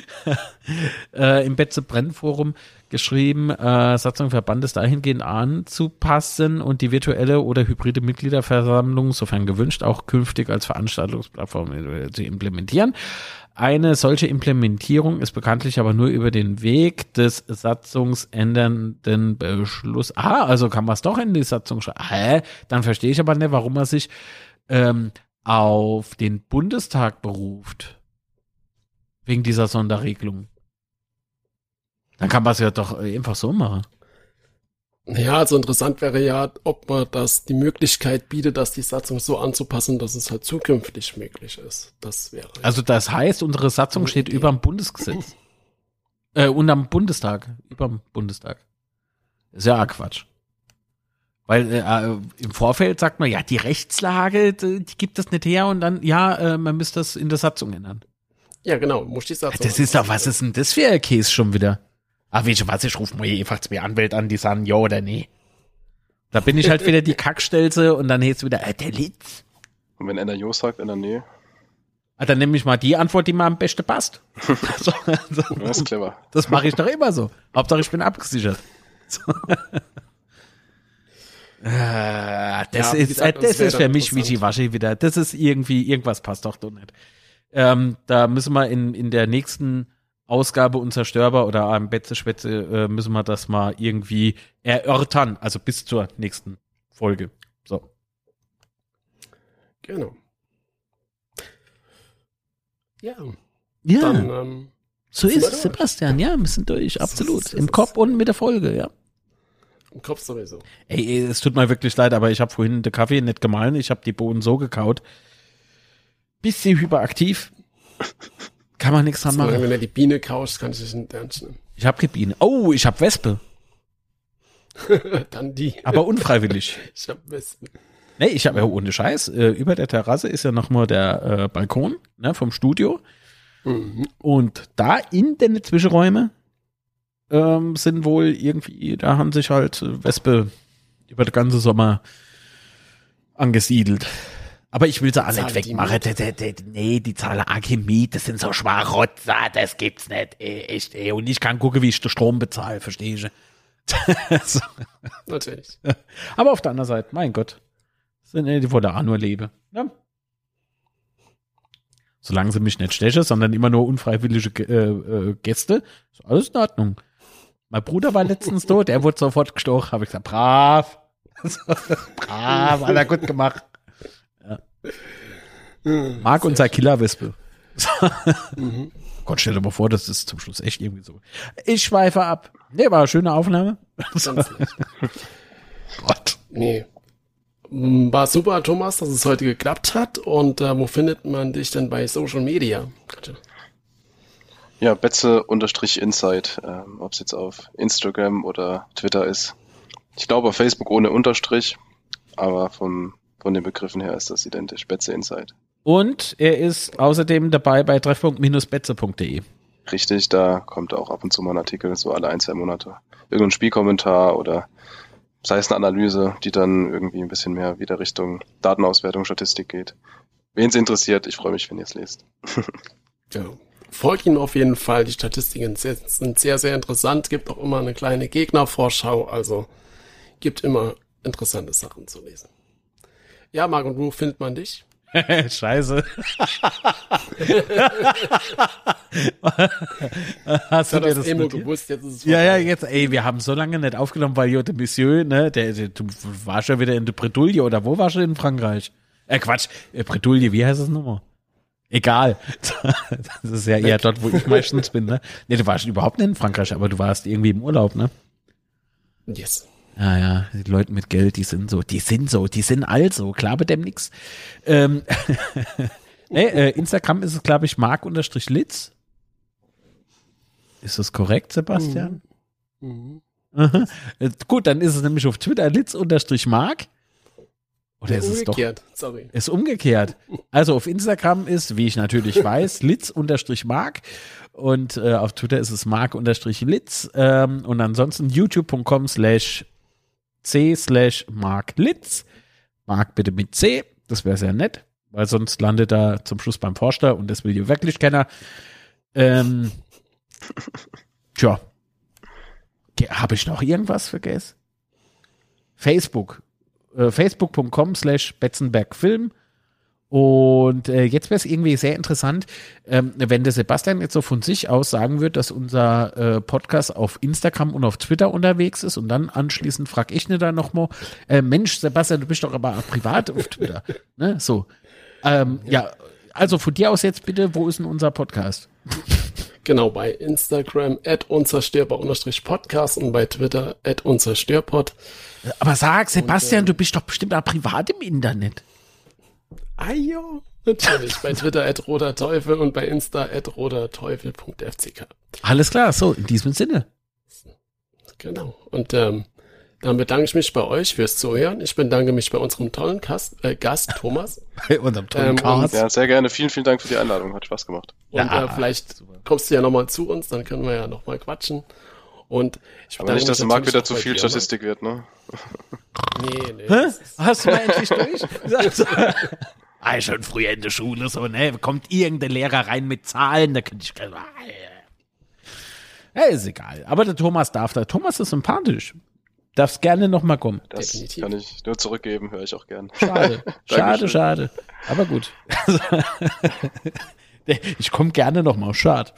im Betze-Brenn-Forum geschrieben, Satzung Verbandes dahingehend anzupassen und die virtuelle oder hybride Mitgliederversammlung, sofern gewünscht, auch künftig als Veranstaltungsplattform zu implementieren. Eine solche Implementierung ist bekanntlich aber nur über den Weg des satzungsändernden Beschluss. Also kann man es doch in die Satzung schreiben. Dann verstehe ich aber nicht, warum man sich auf den Bundestag beruft. Wegen dieser Sonderregelung. Dann kann man es ja doch einfach so machen. Ja, also interessant wäre ja, ob man die Möglichkeit bietet, dass die Satzung so anzupassen, dass es halt zukünftig möglich ist. Das wäre. Also das heißt, unsere Satzung steht über dem Bundesgesetz. Unterm Bundestag. Über dem Bundestag. Ist ja auch Quatsch. Weil im Vorfeld sagt man, ja, die Rechtslage, die gibt es nicht her und dann, man müsste das in der Satzung ändern. Ja, genau, muss die Satzung. Das ist doch, was ist denn das für ein Käse schon wieder? Weißt du was, ich rufe mal einfach 2 Anwälte an, die sagen ja oder nee. Da bin ich halt wieder die Kackstelze und dann jetzt wieder, der Litz. Und wenn einer Jo sagt, einer nee. Dann nehme ich mal die Antwort, die mir am besten passt. Das ist clever. Das mache ich doch immer so. Hauptsache, ich bin abgesichert. Das ist für mich wischiwaschi wieder. Das ist irgendwas passt doch nicht. Da müssen wir in der nächsten Ausgabe Unzerstörbar oder am Betze-Schwätze müssen wir das mal irgendwie erörtern. Also bis zur nächsten Folge. So. Genau. Ja. Dann, so ist es, Sebastian. Ja, wir sind durch. Absolut. Im Kopf und mit der Folge, ja. Im Kopf sowieso. Ey, es tut mir wirklich leid, aber ich habe vorhin den Kaffee nicht gemahlen. Ich habe die Bohnen so gekaut. Bisschen hyperaktiv. Kann man nichts dran machen. Wenn du die Biene kaust, kannst du es nicht ernst nehmen. Ich habe keine Biene. Oh, ich habe Wespe. Dann die. Aber unfreiwillig. Ich habe Wespen. Nee, ich habe ja ohne Scheiß. Über der Terrasse ist ja nochmal der Balkon, ne, vom Studio. Mhm. Und da in den Zwischenräumen sind wohl irgendwie, da haben sich halt Wespe über den ganzen Sommer angesiedelt. Aber ich will sie alle nicht wegmachen. Nee, die zahlen Chemie, das sind so Schmarotzer, das gibt's nicht. Echt. Und ich kann gucken, wie ich den Strom bezahle, verstehe ich. So. Natürlich. Aber auf der anderen Seite, mein Gott, die wollen auch nur leben. Ja. Solange sie mich nicht stechen, sondern immer nur unfreiwillige Gäste, ist alles in Ordnung. Mein Bruder war letztens tot, der wurde sofort gestochen. Habe ich gesagt, brav. Brav, hat er gut gemacht. Ja. Marc, unser Killerwespe. Gott, stell dir mal vor, das ist zum Schluss echt irgendwie so. Ich schweife ab. Nee, war eine schöne Aufnahme. Gott. Nee. War super, Thomas, dass es heute geklappt hat. Und wo findet man dich denn bei Social Media? Ja, Betze_Insight, ob es jetzt auf Instagram oder Twitter ist. Ich glaube auf Facebook ohne Unterstrich, aber von den Begriffen her ist das identisch. Betze Insight. Und er ist außerdem dabei bei treffpunkt-betze.de. Richtig, da kommt auch ab und zu mal ein Artikel, so alle 1-2 Monate. Irgendein Spielkommentar oder sei es eine Analyse, die dann irgendwie ein bisschen mehr wieder Richtung Datenauswertung, Statistik geht. Wen es interessiert, ich freue mich, wenn ihr es lest. Ja. Folgt ihm auf jeden Fall, die Statistiken sind sehr, sehr interessant, gibt auch immer eine kleine Gegnervorschau, also gibt immer interessante Sachen zu lesen. Ja, Marc, und wo findet man dich? Scheiße. Hast du dir das gewusst? Jetzt ist es ja, jetzt, wir haben so lange nicht aufgenommen, weil der Monsieur, ne, du warst ja wieder in der Bredouille, oder wo warst du in Frankreich? Quatsch, Bredouille, wie heißt das nochmal? Egal. Das ist ja eher dort, wo ich meistens bin, ne? Ne, du warst überhaupt nicht in Frankreich, aber du warst irgendwie im Urlaub, ne? Yes. Ja, die Leute mit Geld, die sind also, klar bei dem nix. Instagram ist es, glaube ich, Marc_Litz. Ist das korrekt, Sebastian? Mhm. Gut, dann ist es nämlich auf Twitter Litz_Marc. Oder ist es doch? Sorry. Ist umgekehrt. Also auf Instagram ist, wie ich natürlich weiß, Litz_Marc. Und auf Twitter ist es Marc_Litz. Und ansonsten youtube.com/c/Marc_Litz. Marc bitte mit C. Das wäre sehr nett, weil sonst landet er zum Schluss beim Forster und das will ja wirklich keiner. Tja. Habe ich noch irgendwas vergessen? Facebook.com/Betzenbergfilm. Und jetzt wäre es irgendwie sehr interessant, wenn der Sebastian jetzt so von sich aus sagen würde, dass unser Podcast auf Instagram und auf Twitter unterwegs ist und dann anschließend frage ich da nochmal, Mensch, Sebastian, du bist doch aber auch privat auf Twitter. Ne? So. Ja, also von dir aus jetzt bitte, wo ist denn unser Podcast? Genau, bei Instagram @unzerstörbar_podcast und bei Twitter @unzerstörpod. Aber sag, Sebastian, du bist doch bestimmt auch privat im Internet. Ah ja, natürlich. Bei Twitter @roterteufel und bei Insta @roterteufel.fck. Alles klar, so, in diesem Sinne. Genau. Und dann bedanke ich mich bei euch fürs Zuhören. Ich bedanke mich bei unserem tollen Gast Thomas. Bei unserem tollen Gast. Ja, sehr gerne. Vielen, vielen Dank für die Einladung. Hat Spaß gemacht. Und vielleicht kommst du ja nochmal zu uns, dann können wir ja nochmal quatschen. Und ich aber nicht, dass der Marc wieder zu viel Statistik wird, ne? Nee. Hä? Hast du mal endlich durch? Schon früher in der Schule so, ne? Kommt irgendein Lehrer rein mit Zahlen, da könnte ich ist egal. Aber der Thomas darf da. Thomas ist sympathisch. Darfst gerne nochmal kommen. Das Definitiv. Kann ich nur zurückgeben, höre ich auch gern. Schade. Aber gut. Ich komme gerne nochmal. Schade.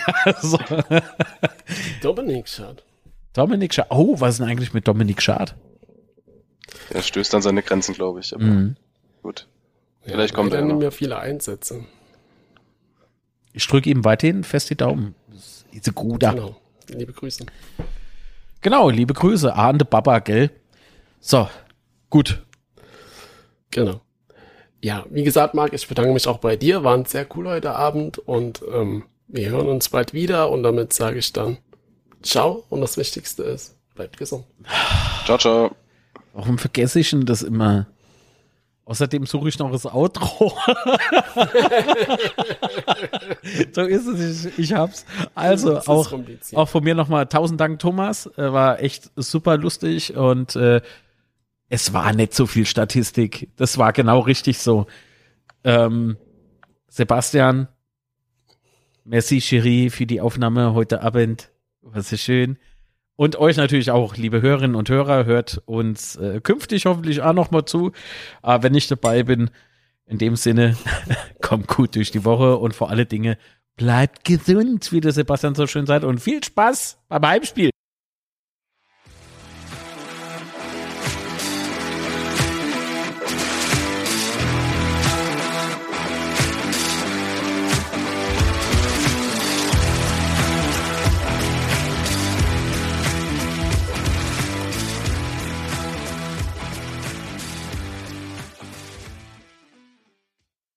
Dominik Schad. Oh, was ist denn eigentlich mit Dominik Schad? Er stößt an seine Grenzen, glaube ich. Aber gut. Vielleicht kommt er noch. Mir viele Einsätze. Ich drücke ihm weiterhin fest die Daumen. Ist ein guter. Genau. Liebe Grüße. Genau, liebe Grüße. Ahende Baba, gell? So, gut. Genau. Ja, wie gesagt, Marc, ich bedanke mich auch bei dir. War ein sehr cool heute Abend und wir hören uns bald wieder und damit sage ich dann ciao und das Wichtigste ist, bleibt gesund. Ciao, ciao. Warum vergesse ich denn das immer? Außerdem suche ich noch das Outro. So ist es, ich hab's. Also auch von mir nochmal 1000 Dank, Thomas. War echt super lustig und es war nicht so viel Statistik. Das war genau richtig so. Sebastian, merci, Chérie, für die Aufnahme heute Abend. War sehr schön. Und euch natürlich auch, liebe Hörerinnen und Hörer, hört uns künftig hoffentlich auch noch mal zu. Aber wenn ich dabei bin, in dem Sinne, kommt gut durch die Woche und vor alle Dinge, bleibt gesund, wie der Sebastian so schön sagt. Und viel Spaß beim Heimspiel.